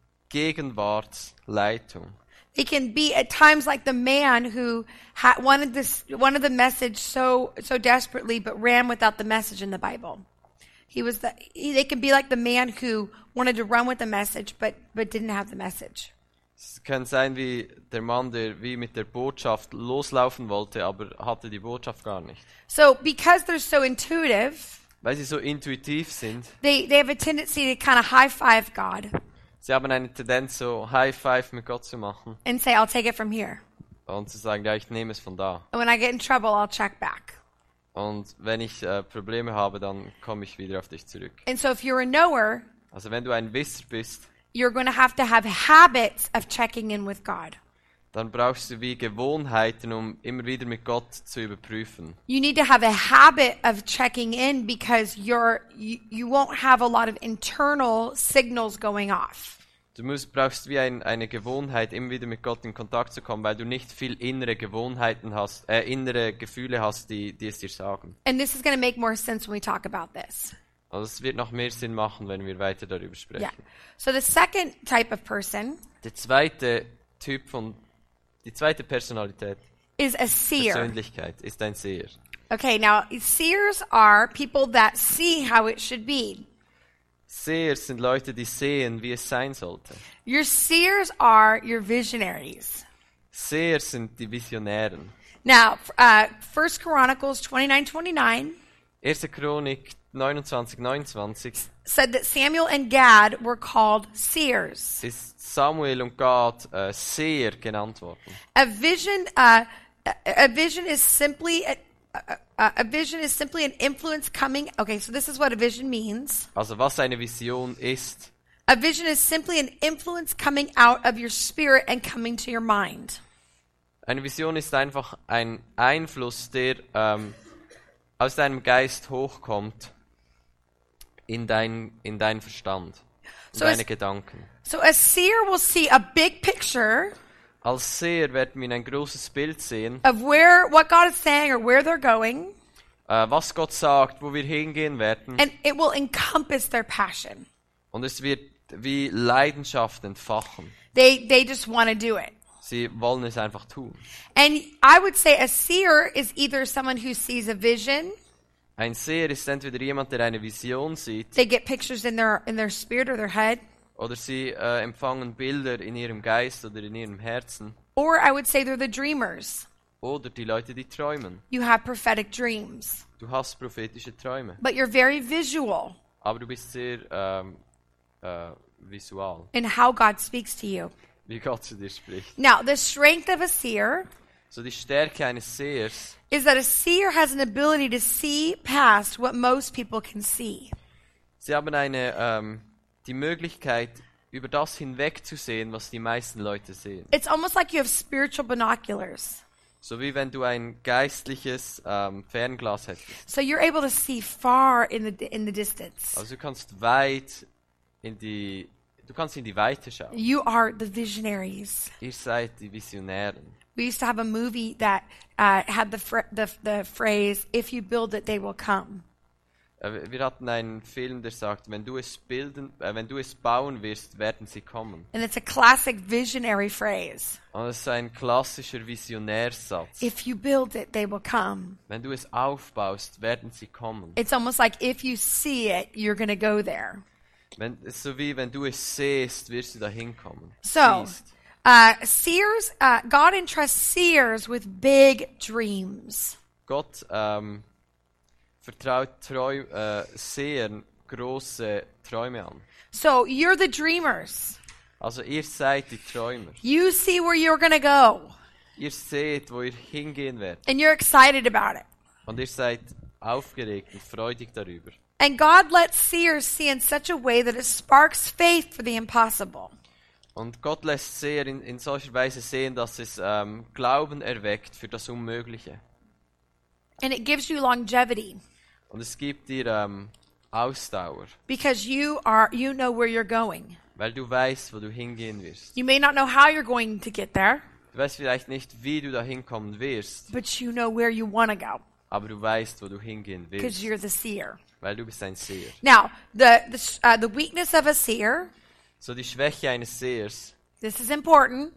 Gegenwartsleitung. They can be at times like the man who ha- wanted this wanted the message so so desperately, but ran without the message in the Bible. He was the. He, they can be like the man who wanted to run with the message, but but didn't have the message. Es kann sein wie der Mann, der wie mit der Botschaft loslaufen wollte, aber hatte die Botschaft gar nicht. So because they're so intuitive, Weil sie so intuitiv sind, they they have a tendency to kind of high five God sie haben eine Tendenz, so High Five mit Gott zu machen and say, "I'll take it from here." und zu sagen, ja, ich nehme es von da. And when I get in trouble, I'll check back. Und wenn ich äh, Probleme habe, dann komme ich wieder auf dich zurück. And so if you're a knower, Also wenn du ein Wisser bist, you're going to have to have habits of checking in with God. dann brauchst du wie Gewohnheiten, um immer wieder mit Gott zu überprüfen. You need to have a habit of checking in because you're you, you won't have a lot of internal signals going off. Du musst, brauchst wie ein, eine Gewohnheit, immer wieder mit Gott in Kontakt zu kommen, weil du nicht viel innere Gewohnheiten hast, äh, innere Gefühle hast, die, die es dir sagen. And this is going to make more sense when we talk about this. Also es wird noch mehr Sinn machen, wenn wir weiter darüber sprechen. Yeah. So the second type of person Der zweite Typ von, die zweite Personalität, is a seer. Persönlichkeit, ist ein Seher. Okay, now seers are people that see how it should be. Seher sind Leute, die sehen, wie es sein sollte. Your seers are your visionaries. Seher sind die Visionären. Now, uh, First Chronicles twenty-nine twenty-nine erste Chronik neunundzwanzig neunundzwanzig said that Samuel and Gad were called seers. ist Samuel und Gad äh, Seher genannt worden. A vision, uh, a, a vision is simply a, a, a vision is simply an influence coming. Okay, so this is what a vision means. Also was eine Vision ist, A vision is simply an influence coming out of your spirit and coming to your mind. eine Vision ist einfach ein Einfluss, der ähm, aus deinem Geist hochkommt in dein, in deinen Verstand, in So deine es- Gedanken. So a seer will see a big picture, Als Seher werden wir ein großes Bild sehen, of where what God is saying or where they're going, äh, was Gott sagt, wo wir hingehen werden. and it will encompass their passion. Und es wird wie Leidenschaft entfachen. They they just want to do it. Sie wollen es einfach tun. And I would say a seer is either someone who sees a vision, Ein Seher ist entweder jemand, der eine Vision sieht, they get pictures in their in their spirit or their head, oder sie äh, empfangen Bilder in ihrem Geist oder in ihrem Herzen. or I would say they're the dreamers. Oder die Leute, die träumen. You have prophetic dreams, Du hast prophetische Träume, but you're very visual aber du bist sehr ähm, äh, visual, in how God speaks to you. wie Gott zu dir spricht. Now, the strength of a seer So die Stärke eines Sehers is that a seer has an ability to see past what most people can see. Sie haben eine, ähm, die Möglichkeit, über das hinwegzusehen, was die meisten Leute sehen. It's almost like you have spiritual binoculars. So wie wenn du ein geistliches ähm, Fernglas hättest. So you're able to see far in the in the distance. Also du kannst weit in die, du kannst in die Weite schauen. You are the visionaries. Ihr seid die Visionären. We used to have a movie that uh, had the, fr- the the phrase, "If you build it, they will come." Äh, Wir hatten einen Film, der sagt, wenn du es bilden, äh, wenn du es bauen wirst, werden sie kommen. And it's a classic visionary phrase. Und das ist ein klassischer Visionärsatz. If you build it, they will come. Wenn du es aufbaust, werden sie kommen. It's almost like if you see it, you're going to go there. Wenn, es ist so wie wenn du es siehst, wirst du dahin kommen. So, Siehst. uh, seers, uh, God entrusts seers with big dreams. Gott ähm, vertraut Treu äh, Sehern große Träume an. So you're the dreamers. Also ihr seid die Träumer. You see where you're going to go, Ihr seht, wo ihr hingehen werdet. and you're excited about it. Und ihr seid aufgeregt und freudig darüber. And God lets seers see in such a way that it sparks faith for the impossible. Und Gott lässt Seher in, in solcher Weise sehen, dass es ähm, Glauben erweckt für das Unmögliche. And it gives you longevity Und es gibt dir ähm, Ausdauer, because you are you know where you're going. weil du weißt, wo du hingehen wirst. You may not know how you're going to get there, Du weißt vielleicht nicht, wie du dahin kommen wirst, but you know where you want to go aber du weißt, wo du hingehen because willst, you're the seer. weil du bist ein Seher. Now, the the, uh, the weakness of a seer, So die Schwäche eines Sehers, this is important.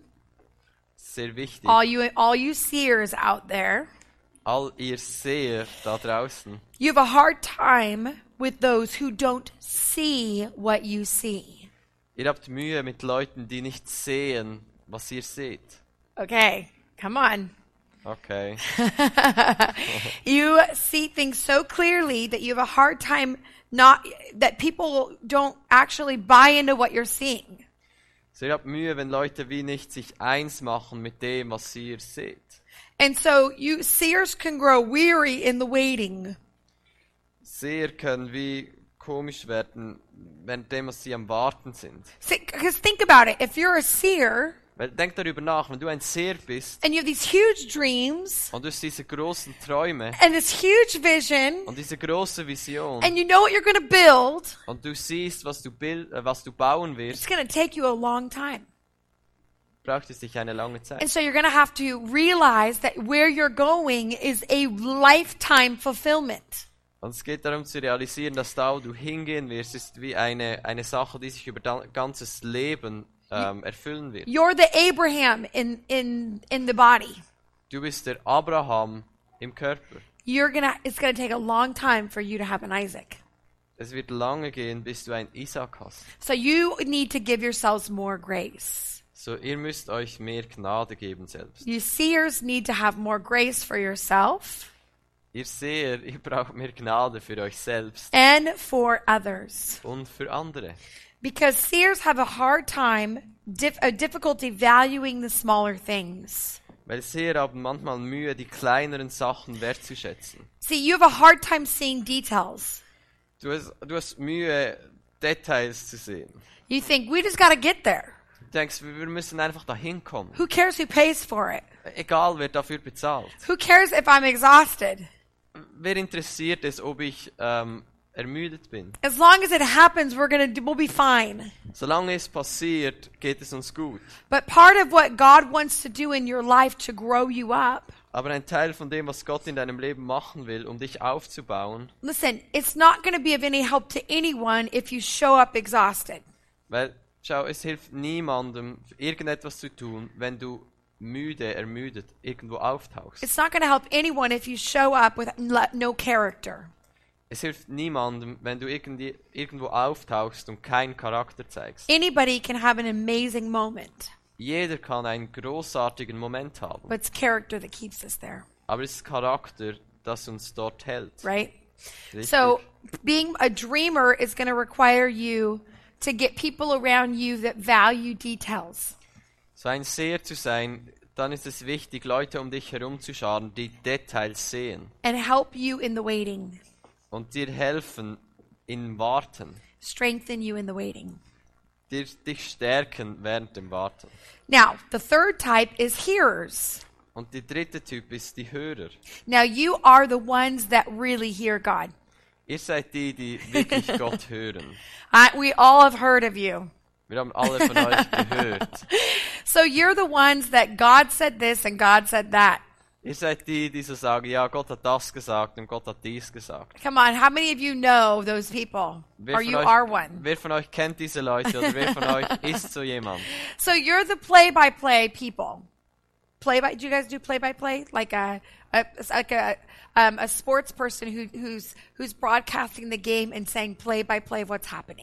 sehr wichtig. All you all you seers out there, All ihr Seher da draußen, you have a hard time with those who don't see what you see. ihr habt Mühe mit Leuten, die nicht sehen, was ihr seht. Okay, come on. Okay. You see things so clearly that you have a hard time not that people don't actually buy into what you're seeing. So ihr habt Mühe, wenn Leute wie nicht sich eins machen mit dem, was ihr seht. And so you seers can grow weary in the waiting. Seher können wie komisch werden, währenddem was sie am Warten sind. Because think about it. If you're a seer Weil denk darüber nach, wenn du ein Seher bist and you have these huge dreams und du hast diese großen Träume and this huge vision und diese große Vision and you know what you're going to build, und du siehst, was du, bild, äh, was du bauen it's wirst, going to take you a long time. braucht es dich eine lange Zeit. And so you're going to have to realize that where you're going is a lifetime fulfillment. Und es geht darum zu realisieren, dass da, wo du hingehen wirst, ist wie eine, eine Sache, die sich über dein ganzes Leben ähm, erfüllen wird. You're the Abraham in, in, in the body. Du bist der Abraham im Körper. You're gonna, it's going to take a long time for you to have an Isaac. Es wird lange gehen, bis du einen Isaac hast. So you need to give yourselves more grace. So, ihr müsst euch mehr Gnade geben selbst. You seers need to have more grace for yourself Ihr Seher, ihr braucht mehr Gnade für euch selbst and for others. und für andere. Because seers have a hard time, dif- a difficulty valuing the smaller things. Weil Seher haben manchmal Mühe, die kleineren Sachen wertzuschätzen. See, you have a hard time seeing details. Du hast, du hast Mühe, Details zu sehen. You think, we just got to get there. Du denkst, wir müssen einfach dahin kommen. Who cares who pays for it? Egal, wer dafür bezahlt. Who cares if I'm exhausted? Wer interessiert es, ob ich ähm, ermüdet bin? As long as it happens, we're gonna we'll be fine. Solange es passiert, geht es uns gut. But part of what God wants to do in your life to grow you up, Aber ein Teil von dem, was Gott in deinem Leben machen will, um dich aufzubauen, listen, it's not going to be of any help to anyone if you show up exhausted. weil, schau, es hilft niemandem, irgendetwas zu tun, wenn du müde, ermüdet irgendwo auftauchst. It's not going to help anyone if you show up with no character. Es hilft niemandem, wenn du irgendwie, irgendwo auftauchst und keinen Charakter zeigst. Anybody can have an amazing moment, Jeder kann einen großartigen Moment haben, but it's character that keeps us there, aber es ist Charakter, das uns dort hält. right? Richtig? So, being a dreamer is going to require you to get people around you that value details. So ein Seher zu sein, dann ist es wichtig, Leute um dich herum zu scharen, die Details sehen And help you in the waiting, und dir helfen im Warten, strengthen you in the waiting. dir, dich stärken während dem Warten. Now, the third type is hearers. Und der dritte Typ ist die Hörer. Now, you are the ones that really hear God. Ihr seid die, die wirklich Gott hören. I, we all have heard of you. Wir haben alle von euch gehört. So you're the ones that God said this and God said that. Ihr seid die, die so sagen, ja, Gott hat das gesagt und Gott hat dies gesagt. Come on, how many of you know those people? Wer Or von, you euch, are one? wer von euch kennt diese Leute oder wer von euch ist so jemand? So you're the play-by-play people. Play by? Do you guys do play-by-play? Like a, a like a um, a sports person who who's who's broadcasting the game and saying play-by-play of what's happening.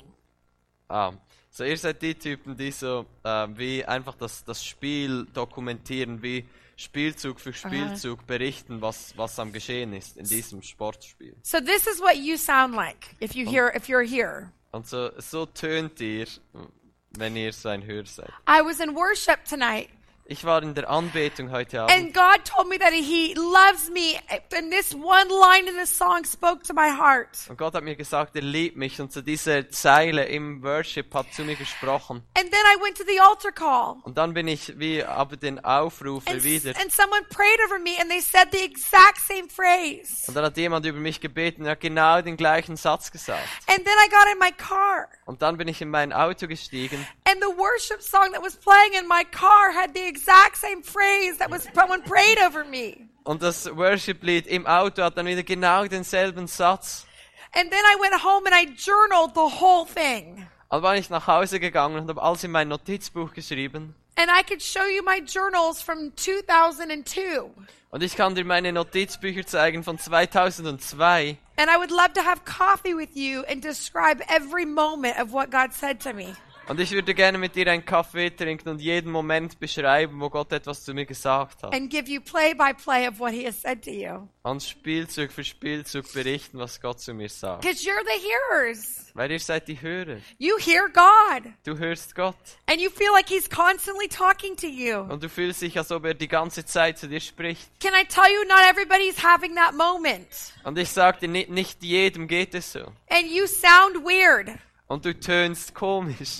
Ah, so ihr seid die Typen, die so äh, wie einfach das, das Spiel dokumentieren, wie Spielzug für Spielzug berichten, was, was am Geschehen ist in diesem Sportspiel. So this is what you sound like if you hear if you're here. Und so, so tönt ihr, wenn ihr so ein Hörer seid. I was in worship tonight. Ich war in der Anbetung heute Abend. And God told me that He loves me. And this one line in the song spoke to my heart. Und Gott hat mir gesagt, er liebt mich. Und so diese Zeile im Worship hat zu mir gesprochen. And then I went to the altar call. Und dann bin ich wie aber den Aufruf And, wieder. and someone prayed over me and they said the exact same phrase. Und dann hat jemand über mich gebeten und hat genau den gleichen Satz gesagt. And then I got in my car. Und dann bin ich in mein Auto gestiegen. And the worship song that was playing in my car had the exact same phrase that was someone prayed over me. Und das Worship-Lied im Auto hat dann wieder genau denselben Satz. And then I went home and I journaled the whole thing. Dann war ich nach Hause gegangen und habe alles in mein Notizbuch geschrieben. And I could show you my journals from two thousand two. Und ich kann dir meine Notizbücher zeigen von zweitausendzwei. And I would love to have coffee with you and describe every moment of what God said to me. Und ich würde gerne mit dir einen Kaffee trinken und jeden Moment beschreiben, wo Gott etwas zu mir gesagt hat. And give you play by play of what He has said to you. Und Spielzug für Spielzug berichten, was Gott zu mir sagt. Because you're the hearers. Weil ihr seid die Hörer. You hear God. Du hörst Gott. And you feel like He's constantly talking to you. Und du fühlst dich, als ob er die ganze Zeit zu dir spricht. Can I tell you, not everybody's having that moment. Und ich sagte, nicht, nicht jedem geht es so. And you sound weird. Und du tönst komisch.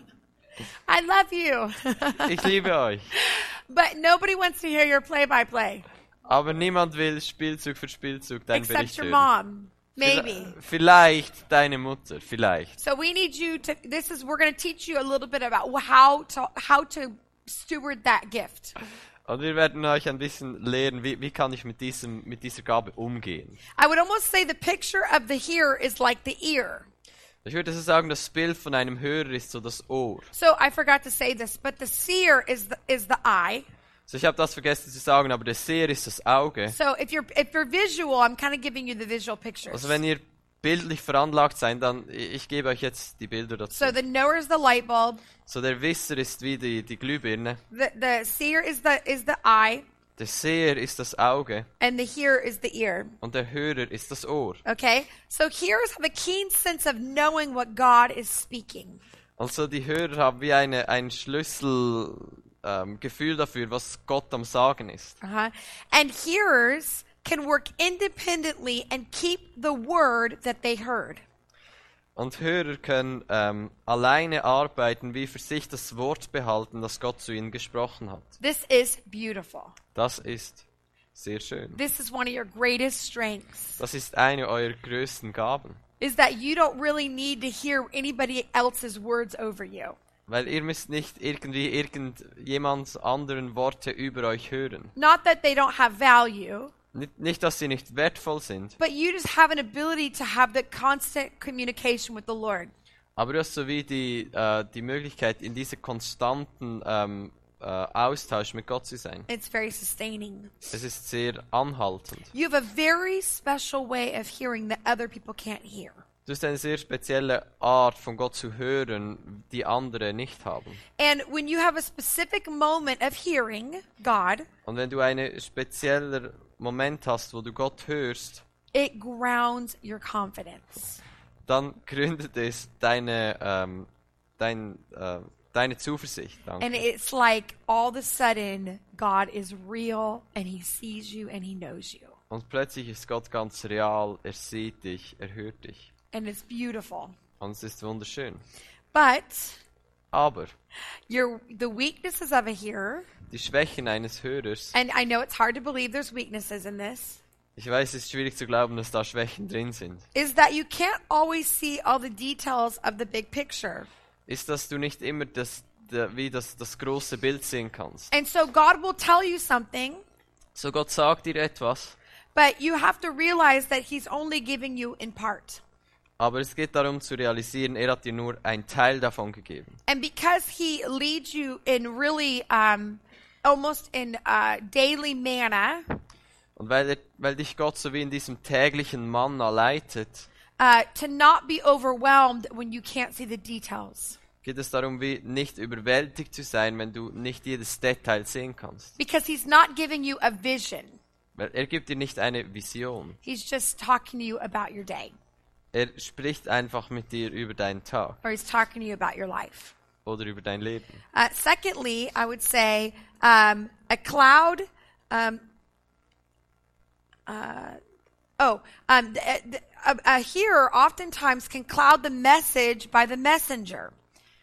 I love you. Ich liebe euch. But nobody wants to hear your play-by-play. Aber niemand will Spielzug für Spielzug deinen Except Bericht your hören. mom. Maybe. Vielleicht deine Mutter, vielleicht. So we need you to, this is, we're going to teach you a little bit about how to, how to steward that gift. Und wir werden euch ein bisschen lehren, wie, wie kann ich mit, diesem, mit dieser Gabe umgehen. I would almost say the picture of the hearer is like the ear. Ich würde so sagen, das Bild von einem Hörer ist so das Ohr. So I forgot to say this, but the seer is the, is the eye. So ich habe das vergessen zu sagen, aber der Seher ist das Auge. So if you're, if you're visual, I'm kind of giving you the visual pictures. Also wenn ihr bildlich veranlagt seid, dann ich gebe euch jetzt die Bilder dazu. So the knower is the light bulb. So der Wisser ist wie die, die Glühbirne. The, the seer is the, is the eye. Der Seher ist das Auge And the hearer is the ear. und der Hörer ist das Ohr. Okay? So hearers have a keen sense of knowing what God is speaking. Also die Hörer haben wie eine, ein Schlüsselgefühl ähm, Gefühl dafür, was Gott am Sagen ist. Uh-huh. And hearers can work independently and keep the word that they heard. Und Hörer können ähm, alleine arbeiten, wie für sich das Wort behalten, das Gott zu ihnen gesprochen hat. This is beautiful. Das ist sehr schön. This is one of your greatest strengths. Das ist eine eurer größten Gaben. is that you don't really need to hear anybody else's words over you. Weil ihr müsst nicht irgendwie irgendjemands anderen Worte über euch hören. Not that they don't have value, Nicht, nicht, dass sie nicht wertvoll sind, but you just have an ability to have the constant communication with the Lord. aber du hast so wie die, äh, die Möglichkeit, in diesem konstanten ähm, äh, Austausch mit Gott zu sein. It's very sustaining. Es ist sehr anhaltend. You have a very special way of hearing that other people can't hear. Du hast eine sehr spezielle Art, von Gott zu hören, die andere nicht haben. And when you have a specific moment of hearing God, Und wenn du einen speziellen Moment hast, wo du Gott hörst, it grounds your confidence. dann gründet es deine, ähm, dein, äh, deine Zuversicht. Danke. And it's like all of a sudden God is real and he sees you and he knows you. Und plötzlich ist Gott ganz real, er sieht dich, er hört dich. And it's beautiful. Und es ist wunderschön. But Aber your the weaknesses of a hearer, die Schwächen eines Hörers, and I know it's hard to believe there's weaknesses in this, ich weiß, es ist schwierig zu glauben, dass da Schwächen drin sind, is that you can't always see all the details of the big picture. ist, dass du nicht immer das, der, wie das, das große Bild sehen kannst. And so God will tell you something, So Gott sagt dir etwas, but you have to realize that he's only giving you in part. aber es geht darum zu realisieren, er hat dir nur einen Teil davon gegeben. And because he leads you in really um, almost in uh, daily manna, Und weil, er, weil dich Gott so wie in diesem täglichen Manna leitet, uh, to not be overwhelmed when you can't see the details. geht es darum, wie nicht überwältigt zu sein, wenn du nicht jedes Detail sehen kannst. Because he's not giving you a vision. Weil er gibt dir nicht eine Vision. He's just talking to you about your day. Er spricht einfach mit dir über deinen Tag Or he's talking to you about your life. oder über dein Leben. Uh, secondly, I would say um, a cloud. Um, uh, oh, um, th- th- a, a hearer oftentimes can cloud the message by the messenger.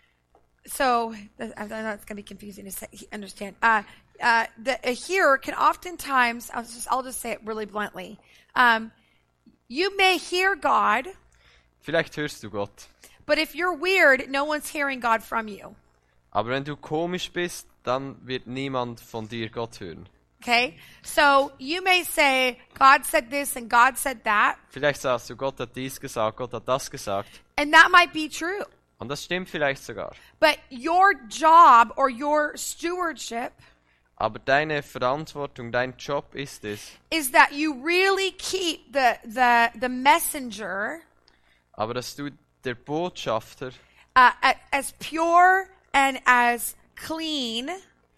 So th- I know it's going to be confusing to say, understand. Uh, uh, the, a hearer can oftentimes. I'll just I'll just say it really bluntly. Um, you may hear God, Vielleicht hörst du Gott, but if you're weird, no one's hearing God from you. aber wenn du komisch bist, dann wird niemand von dir Gott hören. Okay? So you may say, God said this and God said that, Vielleicht sagst du, Gott hat dies gesagt, Gott hat das gesagt. and that might be true. Und das stimmt vielleicht sogar. But your job or your stewardship Aber deine Verantwortung, dein Job ist es, is that you really keep the the the messenger aber dass du der Botschafter uh, a- as pure and as clean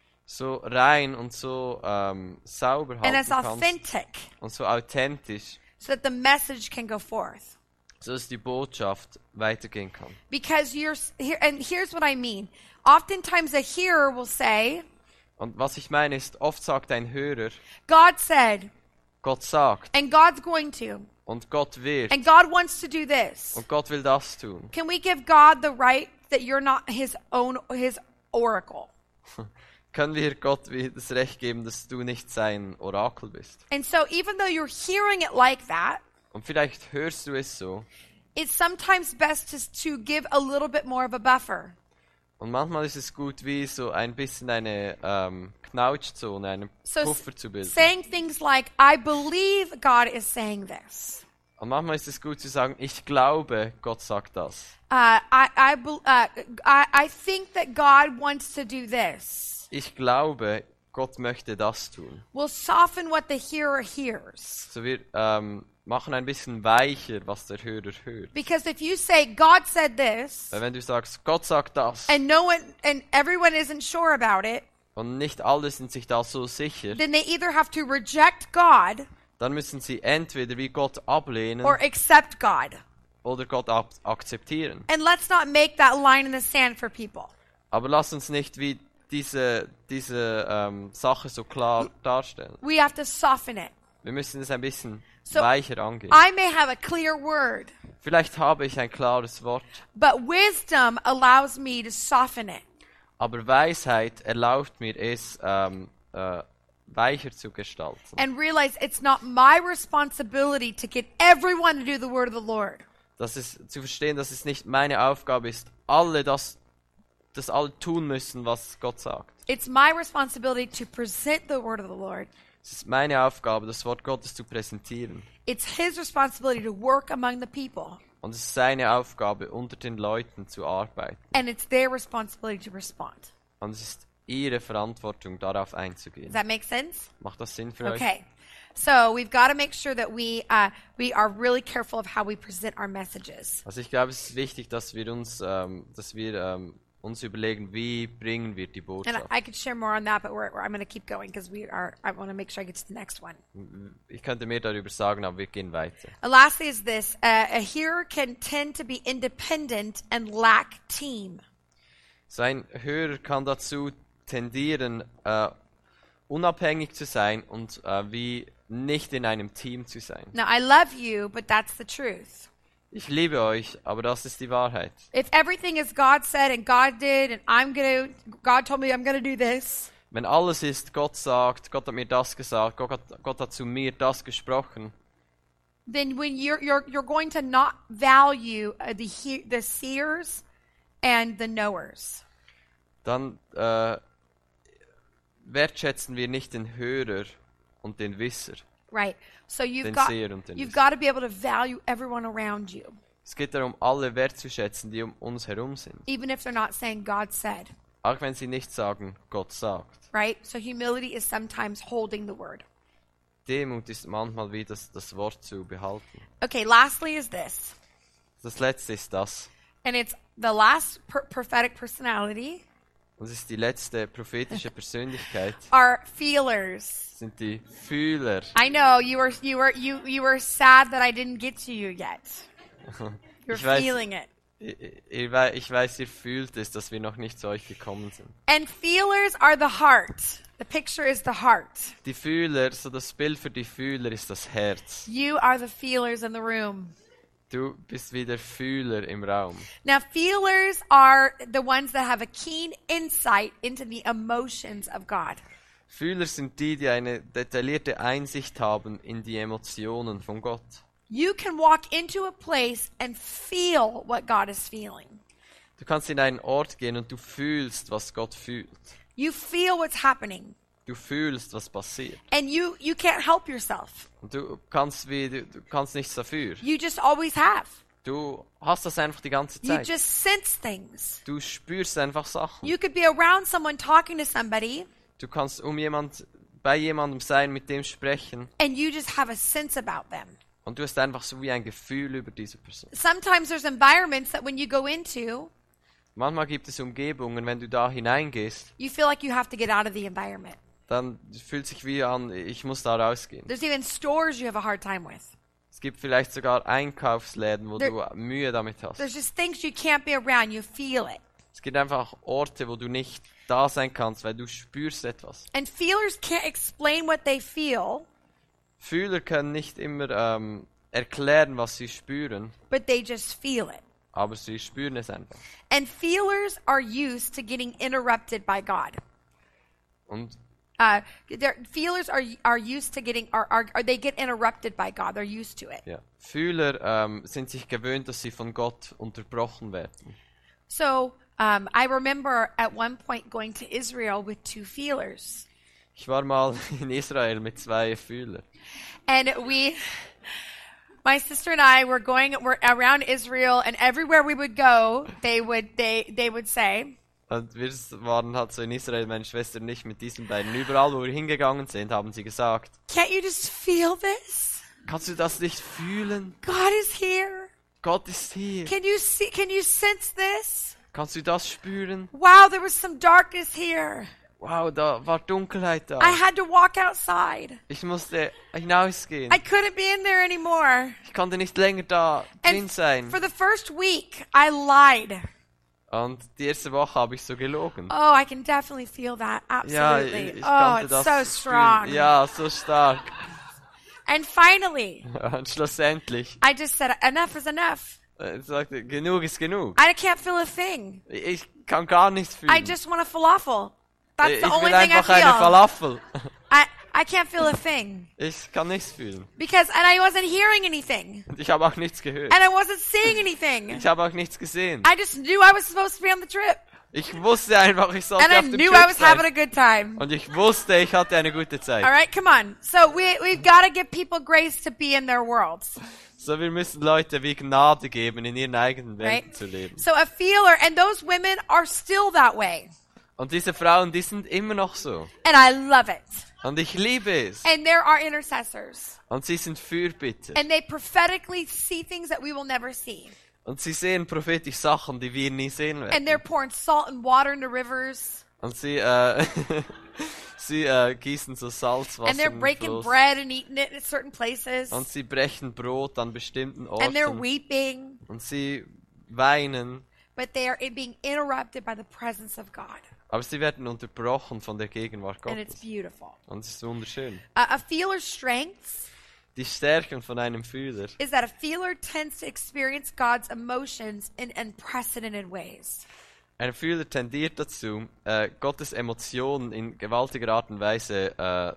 so rein und so ähm, sauber and halten as kannst authentic, und so authentisch, so that the message can go forth. so dass die Botschaft weitergehen kann. Because you're s- here, and here's what I mean. Oftentimes, a hearer will say, Und was ich meine ist, oft sagt ein Hörer, "God said," Gott sagt and God's going to, und Gott wird and God wants to do this. und Gott will das tun. Can we give God the right that you're not His own His oracle? Können wir Gott wie das Recht geben, dass du nicht sein Orakel bist? And so, even though you're hearing it like that, Und vielleicht hörst du es so. it's sometimes best to, to give a little bit more of a buffer. Und manchmal ist es gut, wie so ein bisschen eine ähm, Knautschzone, einen So Puffer zu bilden. saying things like, "I believe God is saying this." Und manchmal ist es gut zu sagen, ich glaube, Gott sagt das. Uh, I, I, bel- uh, I, I think that God wants to do this. Ich glaube, Gott möchte das tun. Will soften what the hearer hears. So wir ähm, machen ein bisschen weicher, was der Hörer hört. Because if you say, "God said this," Weil wenn du sagst, Gott sagt das, and no one and everyone isn't sure about it, und nicht alle sind sich da so sicher, then they either have to reject God dann müssen sie entweder wie Gott ablehnen or accept God. oder Gott ab akzeptieren. And let's not make that line in the sand for people. Aber lass uns nicht wie diese, diese ähm, Sache so klar darstellen. We have to soften it. Wir müssen es ein bisschen So, weicher angehen. I may have a clear word, Vielleicht habe ich ein klares Wort, but wisdom allows me to soften it. aber Weisheit erlaubt mir es, ähm, äh, weicher zu gestalten. And realize it's not my responsibility to get everyone to do the word of the Lord. dass es zu verstehen, dass es nicht meine Aufgabe ist, alle das, das alle tun müssen, was Gott sagt. It's my responsibility to present the word of the Lord. Es ist meine Aufgabe, das Wort Gottes zu präsentieren. It's his responsibility to work among the people. Und es ist seine Aufgabe, unter den Leuten zu arbeiten. And it's their responsibility to respond. Und es ist ihre Verantwortung, darauf einzugehen. Does that make sense? Macht das Sinn für euch? Okay. So we've got to make sure that we uh, we are really careful of how we present our messages. Also ich glaube, es ist wichtig, dass wir uns, ähm, dass wir ähm, uns überlegen, wie bringen wir die And Botschaft. I, I could share more on that, but we're, we're, I'm going to keep going because we are. I want to make sure I get to the next one. Ich könnte mehr darüber sagen, aber wir gehen weiter. Uh, lastly, is this: uh, a hearer can tend to be independent and lack team. Sein Hörer kann dazu tendieren, äh, unabhängig zu sein und äh, wie nicht in einem Team zu sein. Now, I love you, but that's the truth. Ich liebe euch, aber das ist die Wahrheit. If everything is God said and God did, and I'm gonna, God told me I'm gonna do this. Wenn alles ist, Gott sagt, Gott hat mir das gesagt, Gott hat, Gott hat zu mir das gesprochen, Then when you're you're you're going to not value uh, the he- the seers and the knowers. dann äh, wertschätzen wir nicht den Hörer und den Wisser. Right. So you've Den got Seher und den you've Wisser. got to be able to value everyone around you, Es geht darum, alle wertzuschätzen, die um uns herum sind. even if they're not saying God said. Auch wenn sie nicht sagen, Gott sagt. Right. So humility is sometimes holding the word. Demut ist manchmal wie das, das Wort zu behalten. Okay. Lastly, is this, Das Letzte ist das. and it's the last per- prophetic personality Und es ist die letzte prophetische Persönlichkeit. are feelers. Sind die Fühler. I know you were you were you you were sad that I didn't get to you yet. You're Ich weiß, feeling it. ich, ich wei- ich weiß, ihr fühlt es, dass wir noch nicht zu euch gekommen sind. And feelers are the heart. The picture is the heart. Die Fühler, so das Bild für die Fühler ist das Herz. You are the feelers in the room. Du bist wie der Fühler im Raum. Now, feelers are the ones that have a keen insight into the emotions of God. Fühler sind die, die eine detaillierte Einsicht haben in die Emotionen von Gott. You can walk into a place and feel what God is feeling. Du kannst in einen Ort gehen und du fühlst, was Gott fühlt. You feel what's happening. Du fühlst, was passiert. And you, you can't help yourself. Und du kannst wie du, du kannst nichts dafür. You just always have. Du hast das einfach die ganze You Zeit. just sense things. Du spürst einfach Sachen. You could be around someone talking to somebody Du kannst um jemand bei jemandem sein, mit dem sprechen and you just have a sense about them. und du hast einfach so wie ein Gefühl über diese Person. Sometimes there's environments that when you go into, Manchmal gibt es Umgebungen, wenn du da hineingehst, you feel like you have to get out of the environment. dann fühlt sich wie an, ich muss da rausgehen. There's even stores you have a hard time with. Es gibt vielleicht sogar Einkaufsläden, wo There- du Mühe damit hast. There's just things you can't be around. You feel it. Es gibt einfach Orte, wo du nicht da sein kannst, weil du spürst etwas. And feelers can't explain what they feel, Fühler können nicht immer ähm, erklären, was sie spüren, but they just feel it. aber sie spüren es einfach. And feelers are used to getting interrupted by God. Und Uh, their feelers are are used to getting are, are, are they get interrupted by God. They're used to it. ja, Fühler ähm, sind sich gewöhnt, dass sie von Gott unterbrochen werden. So um, I remember at one point going to Israel with two feelers, Ich war mal in Israel mit zwei Fühlern. and we, my sister and I, were going were around Israel, and everywhere we would go, they would they they would say, Und wir waren halt so in Israel, meine Schwester und ich, mit diesen beiden. Überall, wo wir hingegangen sind, haben sie gesagt, "Can't you just feel this? kannst du das nicht fühlen? God is here. Gott ist hier. Can you see? Can you sense this? Kannst du das spüren? Wow, there was some darkness here. Wow, da war Dunkelheit da. I had to walk outside. Ich musste hinausgehen. I couldn't be in there anymore." Ich konnte nicht länger da drin And sein. for the first week, I lied. Und die erste Woche habe ich so gelogen. Oh, I can definitely feel that. Ja, Absolutely. ich, ich Oh, konnte it's das so strong. spüren. Ja, so stark. And finally, Und schlussendlich, I just said, enough is enough. äh, ich sagte, genug ist genug. I can't feel a thing. Ich kann gar nichts fühlen. I just want a falafel. That's ich the only will thing I einfach eine feel. Falafel. I, I can't feel a thing. Ich kann nichts fühlen. Because, and I wasn't hearing anything. Und ich habe auch nichts gehört. And I wasn't seeing anything. Ich habe auch nichts gesehen. I just knew I was supposed to be on the trip. Ich wusste einfach, ich sollte And I auf dem knew I Trip was having a sein. good time. Und ich wusste, ich hatte eine gute Zeit. All right, come on. So we, we've got to give people grace to be in their worlds. So, wir müssen Leute wie Gnade geben, in ihren eigenen Welten Right? zu leben. So a feeler, and those women are still that way. Und diese Frauen, die sind immer noch so. And I love it. Und ich liebe es. And there are intercessors. Und sie sind Fürbitter. And they prophetically see things that we will never see. Und sie sehen prophetisch Sachen, die wir nie sehen And they're werden. pouring salt and water into rivers. Und sie, äh, sie äh, gießen so Salzwasser And they're in den breaking Fluss. bread and eating it at certain places. Und sie brechen Brot an bestimmten And they're Orten. weeping. Und sie weinen. But they are being interrupted by the presence of God. Aber sie werden unterbrochen von der Gegenwart And it's Gottes. beautiful. Und es ist wunderschön. Uh, a feeler's strengths Die Stärken von einem Fühler is that a feeler tends to experience God's emotions in unprecedented ways. Ein Fühler tendiert dazu, äh, Gottes Emotionen in gewaltiger Art und Weise äh,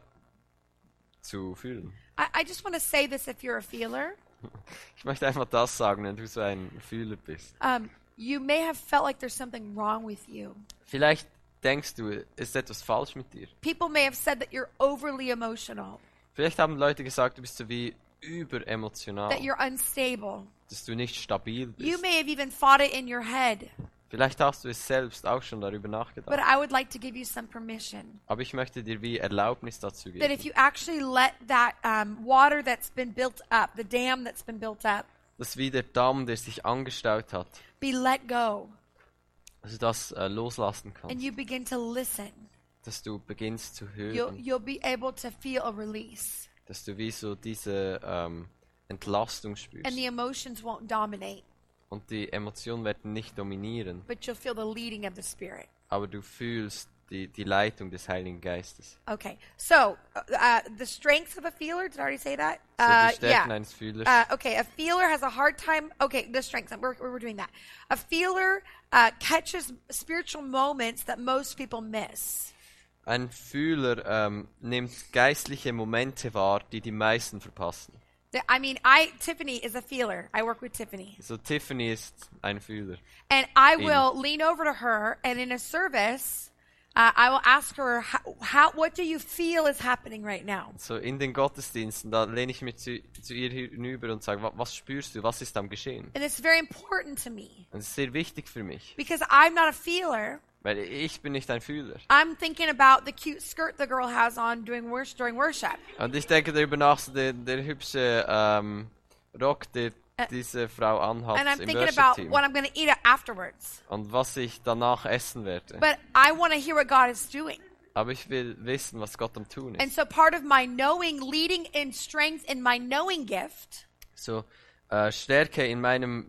zu fühlen. I, I just want to say this if you're a feeler. Ich möchte einfach das sagen, wenn du so ein Fühler bist. Um, you may have felt like there's something wrong with you. Vielleicht denkst du, es ist etwas falsch mit dir. People may have said that you're overly emotional, Vielleicht haben Leute gesagt, du bist so wie überemotional, that you're unstable. dass du nicht stabil You bist. may have even thought it in your head. Vielleicht hast du es selbst auch schon darüber But nachgedacht. I would like to give you some permission Aber ich möchte dir wie Erlaubnis dazu that geben, if you actually let that um, water that's been built up, the dam that's been built up, dass wie der Damm, der sich angestaut hat, be let go, dass du das äh, loslassen and kannst, you begin to listen, dass du beginnst zu you'll, hören, you'll be able to feel a release. dass du wie so diese ähm, Entlastung spürst. And the emotions won't dominate, Und die Emotionen werden nicht dominieren, but you'll feel the leading of the Spirit. aber du fühlst die, die Leitung des Heiligen Geistes. Okay, so uh, uh, the strengths of a feeler, did I already say that? So Uh, die Stärken yeah. eines Fühlers. Uh, okay, a feeler has a hard time. Okay, the strengths. We're, we're doing that. A feeler uh, catches spiritual moments that most people miss. Ein Fühler ähm, nimmt geistliche Momente wahr, die die meisten verpassen. The- I mean, I Tiffany is a feeler. I work with Tiffany, So Tiffany ist ein Fühler. and I In- will lean over to her, and in a service, uh, I will ask her, how, how, what do you feel is happening right now? So in den Gottesdiensten, da lehne ich mich zu, zu ihr hinüber und sage, "Wa- was spürst du, was ist am Geschehen? And it's very important to me Und das ist sehr wichtig für mich, because I'm not a feeler. weil ich bin nicht ein Fühler. I'm thinking about the cute skirt the girl has on doing wors- during worship. Und ich denke darüber nach, so der, der hübsche ähm, Rock, den Ä- diese Frau anhat And I'm im thinking about Worship-Team. what I'm going to eat afterwards. Und was ich danach essen werde. But I want to hear what God is doing. Aber ich will wissen, was Gott am tun And ist. so part of my knowing, leading in strength in my knowing gift So, äh, Stärke in meinem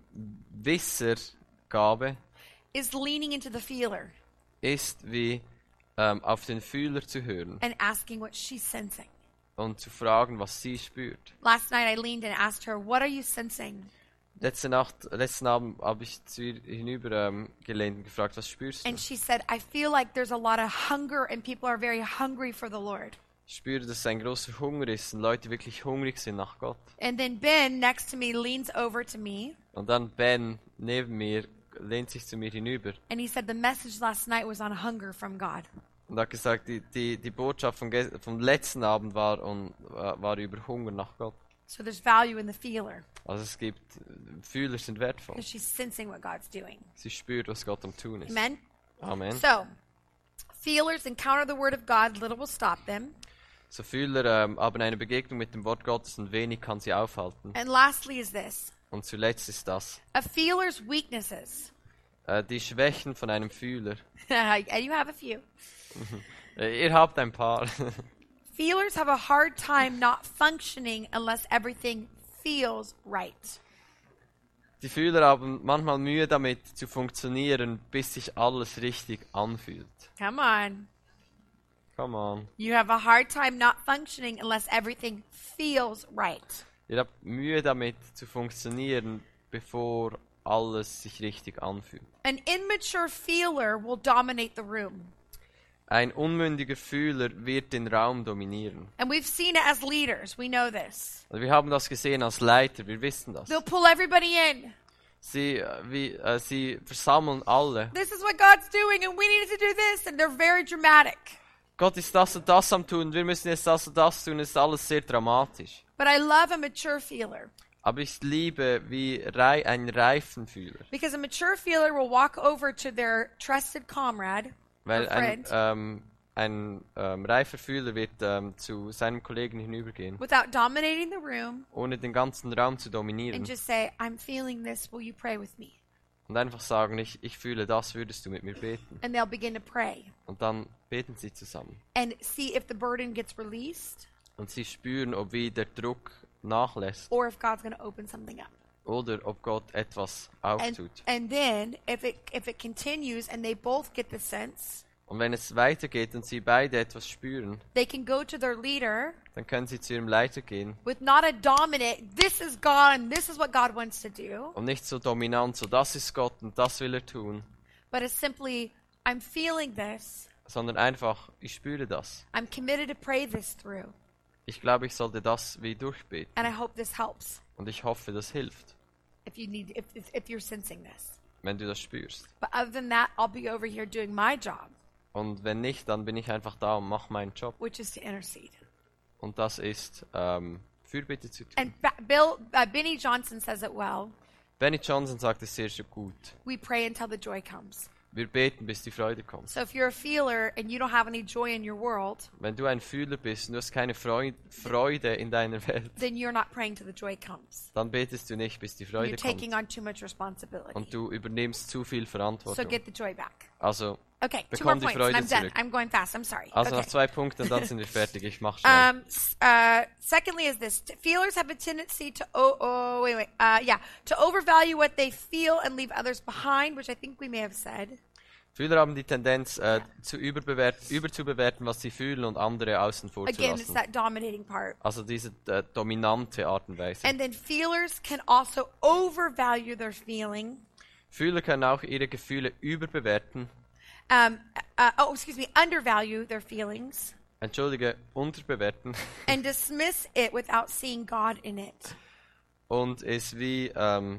Wissergabe is leaning into the feeler ist wie ähm, auf den Fühler zu hören and asking what she's sensing. und zu fragen, was sie spürt. Last night I leaned and asked her, what are you sensing? Letzte Nacht, letzten Abend habe ich zu ihr hinüber ähm, gelehnt und gefragt, was spürst du? And she said, I feel like there's a lot of hunger and people are very hungry for the Lord. Ich spüre, dass ein großer Hunger ist und Leute wirklich hungrig sind nach Gott. And then Ben next to me leans over to me Und dann Ben neben mir lehnt sich zu mir hinüber and he said the message last night was on hunger from God. und hat gesagt, die, die, die Botschaft vom, ges- vom letzten Abend war, und, äh, war über Hunger nach Gott. So there's value in the feeler Also es gibt, Fühler sind wertvoll. because she's sensing what God's doing. Sie spürt, was Gott am tun ist. Amen? Amen. So, feelers encounter the word of God, little will stop them. So Fühler ähm, haben eine Begegnung mit dem Wort Gottes und wenig kann sie aufhalten. And lastly is this. Und zuletzt ist das, A feeler's weaknesses. äh, die Schwächen von einem Fühler. And you have a few. Äh, ihr habt ein paar. Feelers have a hard time not functioning unless everything feels right. Die Fühler haben manchmal Mühe damit zu funktionieren, bis sich alles richtig anfühlt. Come on. Come on. You have a hard time not functioning unless everything feels right. Ihr habt Mühe damit zu funktionieren, bevor alles sich richtig anfühlt. An immature feeler will dominate the room. Ein unmündiger Fühler wird den Raum dominieren. And we've seen it as leaders. We know this. Also wir haben das gesehen als Leiter, wir wissen das. They'll pull everybody in. Sie, äh, wie, äh, sie versammeln alle. This is what God's doing and we need to do this. And they're very dramatic. Gott ist das und das am tun, wir müssen jetzt das und das tun, es ist alles sehr dramatisch. But I love a mature feeler. Aber ich liebe wie rei ein Reifenfühler. Because a mature feeler will walk over to their trusted comrade. Weil or ein, friend, ähm, ein ähm, reifer Fühler wird ähm, zu seinem Kollegen hinübergehen, without dominating the room, ohne den ganzen Raum zu and dominieren. just say, I'm feeling this, will you pray with me? Und einfach sagen, ich, ich fühle das, würdest du mit mir beten? And they'll begin to pray. Und dann beten sie zusammen. And see if the burden gets released, Und sie spüren, ob wie der Druck nachlässt or if God's going to open something up. oder ob Gott etwas And, auftut. and then, if it, if it continues and they both get the sense, Und wenn es weitergeht und sie beide etwas spüren, they can go to their leader dann können sie zu ihrem Leiter gehen with not a dominant, this is God and this is what God wants to do, und nicht so dominant, so das ist Gott und das will er tun, but it's simply, I'm feeling this, sondern einfach, ich spüre das. I'm committed to pray this through, Ich glaube, ich sollte das wie durchbeten and I hope this helps und ich hoffe, das hilft, if you need, if, if, if you're sensing this. wenn du das spürst. But other than that, I'll be over here doing my job, Und wenn nicht, dann bin ich einfach da und mache meinen Job. which is to intercede. Und das ist ähm, Fürbitte zu tun. And ba- Bill, uh, Benny Johnson says it well. Benny Johnson sagt es sehr, sehr gut. We pray until the joy comes. Wir beten, bis die Freude kommt. So if you're a feeler and you don't have any joy in your world, Wenn du ein Fühler bist und du hast keine Freu- Freude in deiner Welt, then you're not praying till the joy comes. dann betest du nicht, bis die Freude You're taking kommt. on too much responsibility. Und du übernimmst zu viel So Verantwortung. get the joy back. Also, Okay, two more bekomm die points and Freude I'm done. zurück. I'm going fast. I'm sorry. Also noch Okay. zwei Punkte und dann sind wir fertig. Ich mach schnell. Um, s- uh, secondly, is this T- feelers have a tendency to oh, oh wait wait uh, yeah to overvalue what they feel and leave others behind, which I think we may have said. Fühler haben die Tendenz, äh, zu überbewert überzubewerten, was sie fühlen und andere außen vor zu Again, it's lassen. that dominating part. Also diese äh, dominante Art und Weise. And then feelers can also overvalue their feeling. Fühler können auch ihre Gefühle überbewerten, Um, uh, oh, excuse me, undervalue their feelings entschuldige, unterbewerten and dismiss it without seeing God in it. und es wie ähm,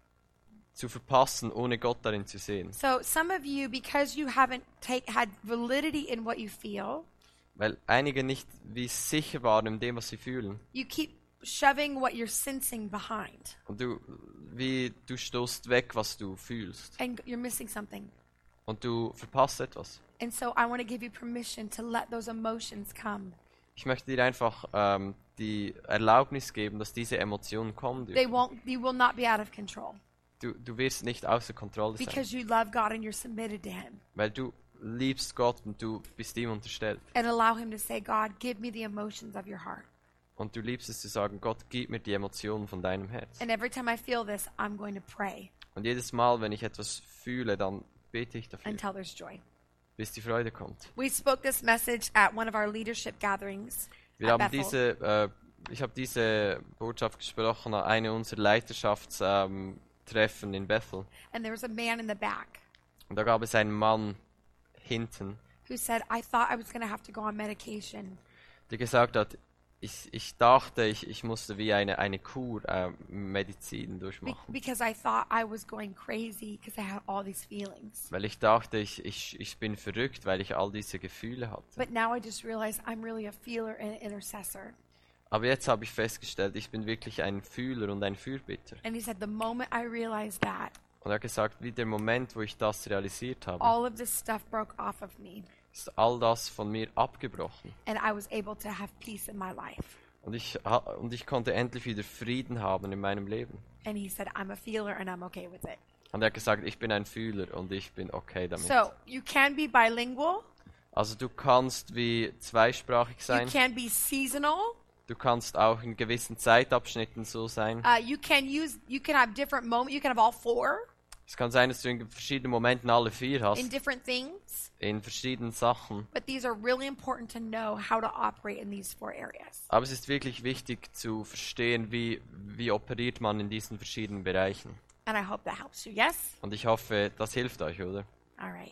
zu verpassen, ohne Gott darin zu sehen. So some of you, because you haven't take, had validity in what you feel, Weil einige nicht wie sicher waren in dem, was sie fühlen. you keep shoving what you're sensing behind, Und du, wie, du stoßt weg, was du fühlst. and you're missing something. Und du verpasst etwas. And so I want to give you permission to let those emotions come. Ich möchte dir einfach ähm, die Erlaubnis geben, dass diese Emotionen kommen They dürfen. won't. You will not be out of control Du, du wirst nicht außer Kontrolle sein, because you love God and you're submitted to Him. weil du liebst Gott und du bist ihm unterstellt. And allow Him to say, God, give me the emotions of your heart. Und du liebst es zu sagen, Gott, gib mir die Emotionen von deinem Herz. And every time I feel this, I'm going to pray Und jedes Mal, wenn ich etwas fühle, dann bete ich dafür, until there's joy. bis die Freude kommt. We spoke this message at one of our leadership gatherings Wir at haben Bethel. diese, äh, ich habe diese Botschaft gesprochen an eine unserer Leiterschaftstreffen ähm, in Bethel. And there was a man in the back Und da gab es einen Mann hinten, who said, I thought I was going to have to go on medication. der gesagt hat, ich, ich dachte, ich, ich musste wie eine, eine Kur äh, Medizin Be- durchmachen. because I thought I was going crazy because I had all these feelings. Weil ich dachte, ich, ich, ich bin verrückt, weil ich all diese Gefühle hatte. But now I just realized I'm really a feeler and an intercessor. Aber jetzt habe ich festgestellt, ich bin wirklich ein Fühler und ein Fürbitter. And he said, the moment I realized that, Und er hat gesagt, wie der Moment, wo ich das realisiert habe, all of this stuff broke off of me. ist all das von mir abgebrochen. And I was able to have peace in my life. Und ich, ha- und ich konnte endlich wieder Frieden haben in meinem Leben. And he said, I'm a feeler and I'm okay with it. Und er hat gesagt, ich bin ein Fühler und ich bin okay damit. So you can be bilingual. Also du kannst wie zweisprachig You sein. can be seasonal. Du kannst auch in gewissen Zeitabschnitten so sein. Uh, you can use. You can have different moments. You can have all four Es kann sein, dass du in verschiedenen Momenten alle vier in hast, different things. in verschiedenen Sachen. But these are really important to know how to operate in these four areas. Aber es ist wirklich wichtig zu verstehen, wie, wie operiert man in diesen verschiedenen Bereichen. And I hope that helps you. Yes. Und ich hoffe, das hilft euch, oder? All right.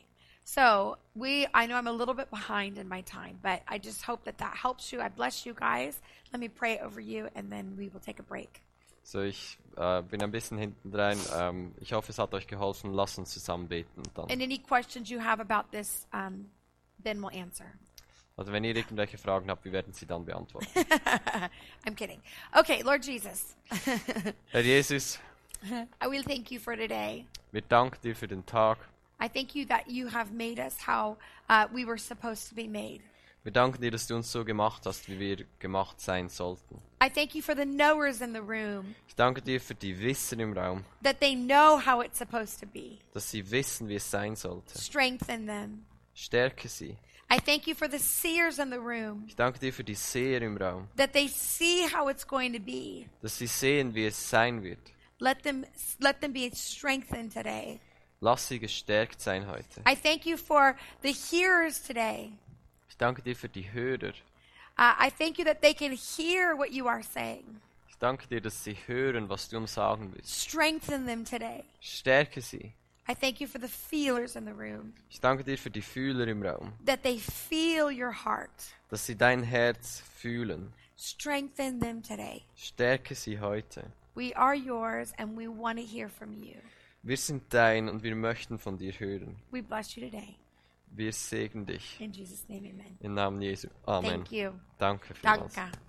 So we, I know I'm a little bit behind in my time, but I just hope that that helps you. I bless you guys. Let me pray over you, and then we will take a break. So, ich äh, bin ein bisschen hinten rein. Ähm, ich hoffe, es hat euch geholfen. Lasst uns zusammen beten. Und dann. And any questions you have about this, um, Ben will answer. Also wenn ihr irgendwelche Fragen habt, wir werden sie dann beantworten. I'm kidding. Okay, Lord Jesus, Herr Jesus, I will thank you for today. wir danken dir für den Tag. I thank you that you have made us how uh, we were supposed to be made. Wir danken dir, dass du uns so gemacht hast, wie wir gemacht sein sollten. I thank you for the knowers in the room, Ich danke dir für die Wissen im Raum, that they know how it's supposed to be. dass sie wissen, wie es sein sollte. Strengthen them. Stärke sie. I thank you for the seers in the room, Ich danke dir für die Seher im Raum, that they see how it's going to be. dass sie sehen, wie es sein wird. Let them let them be strengthened today. Lass sie gestärkt sein heute. I thank you for the hearers today. Ich danke dir für die Hörer. Uh, I thank you that they can hear what you are saying. Ich danke dir, dass sie hören, was du uns sagen willst. Strengthen them today. Stärke sie. I thank you for the feelers in the room, Ich danke dir für die Fühler im Raum, that they feel your heart. dass sie dein Herz fühlen. Strengthen them today. Stärke sie heute. We are yours and we want to hear from you. Wir sind dein und wir möchten von dir hören. We bless you today. Wir segnen dich. In Jesus' name, amen. Im Namen Jesu. Amen. Thank you. Danke vielmals. Danke.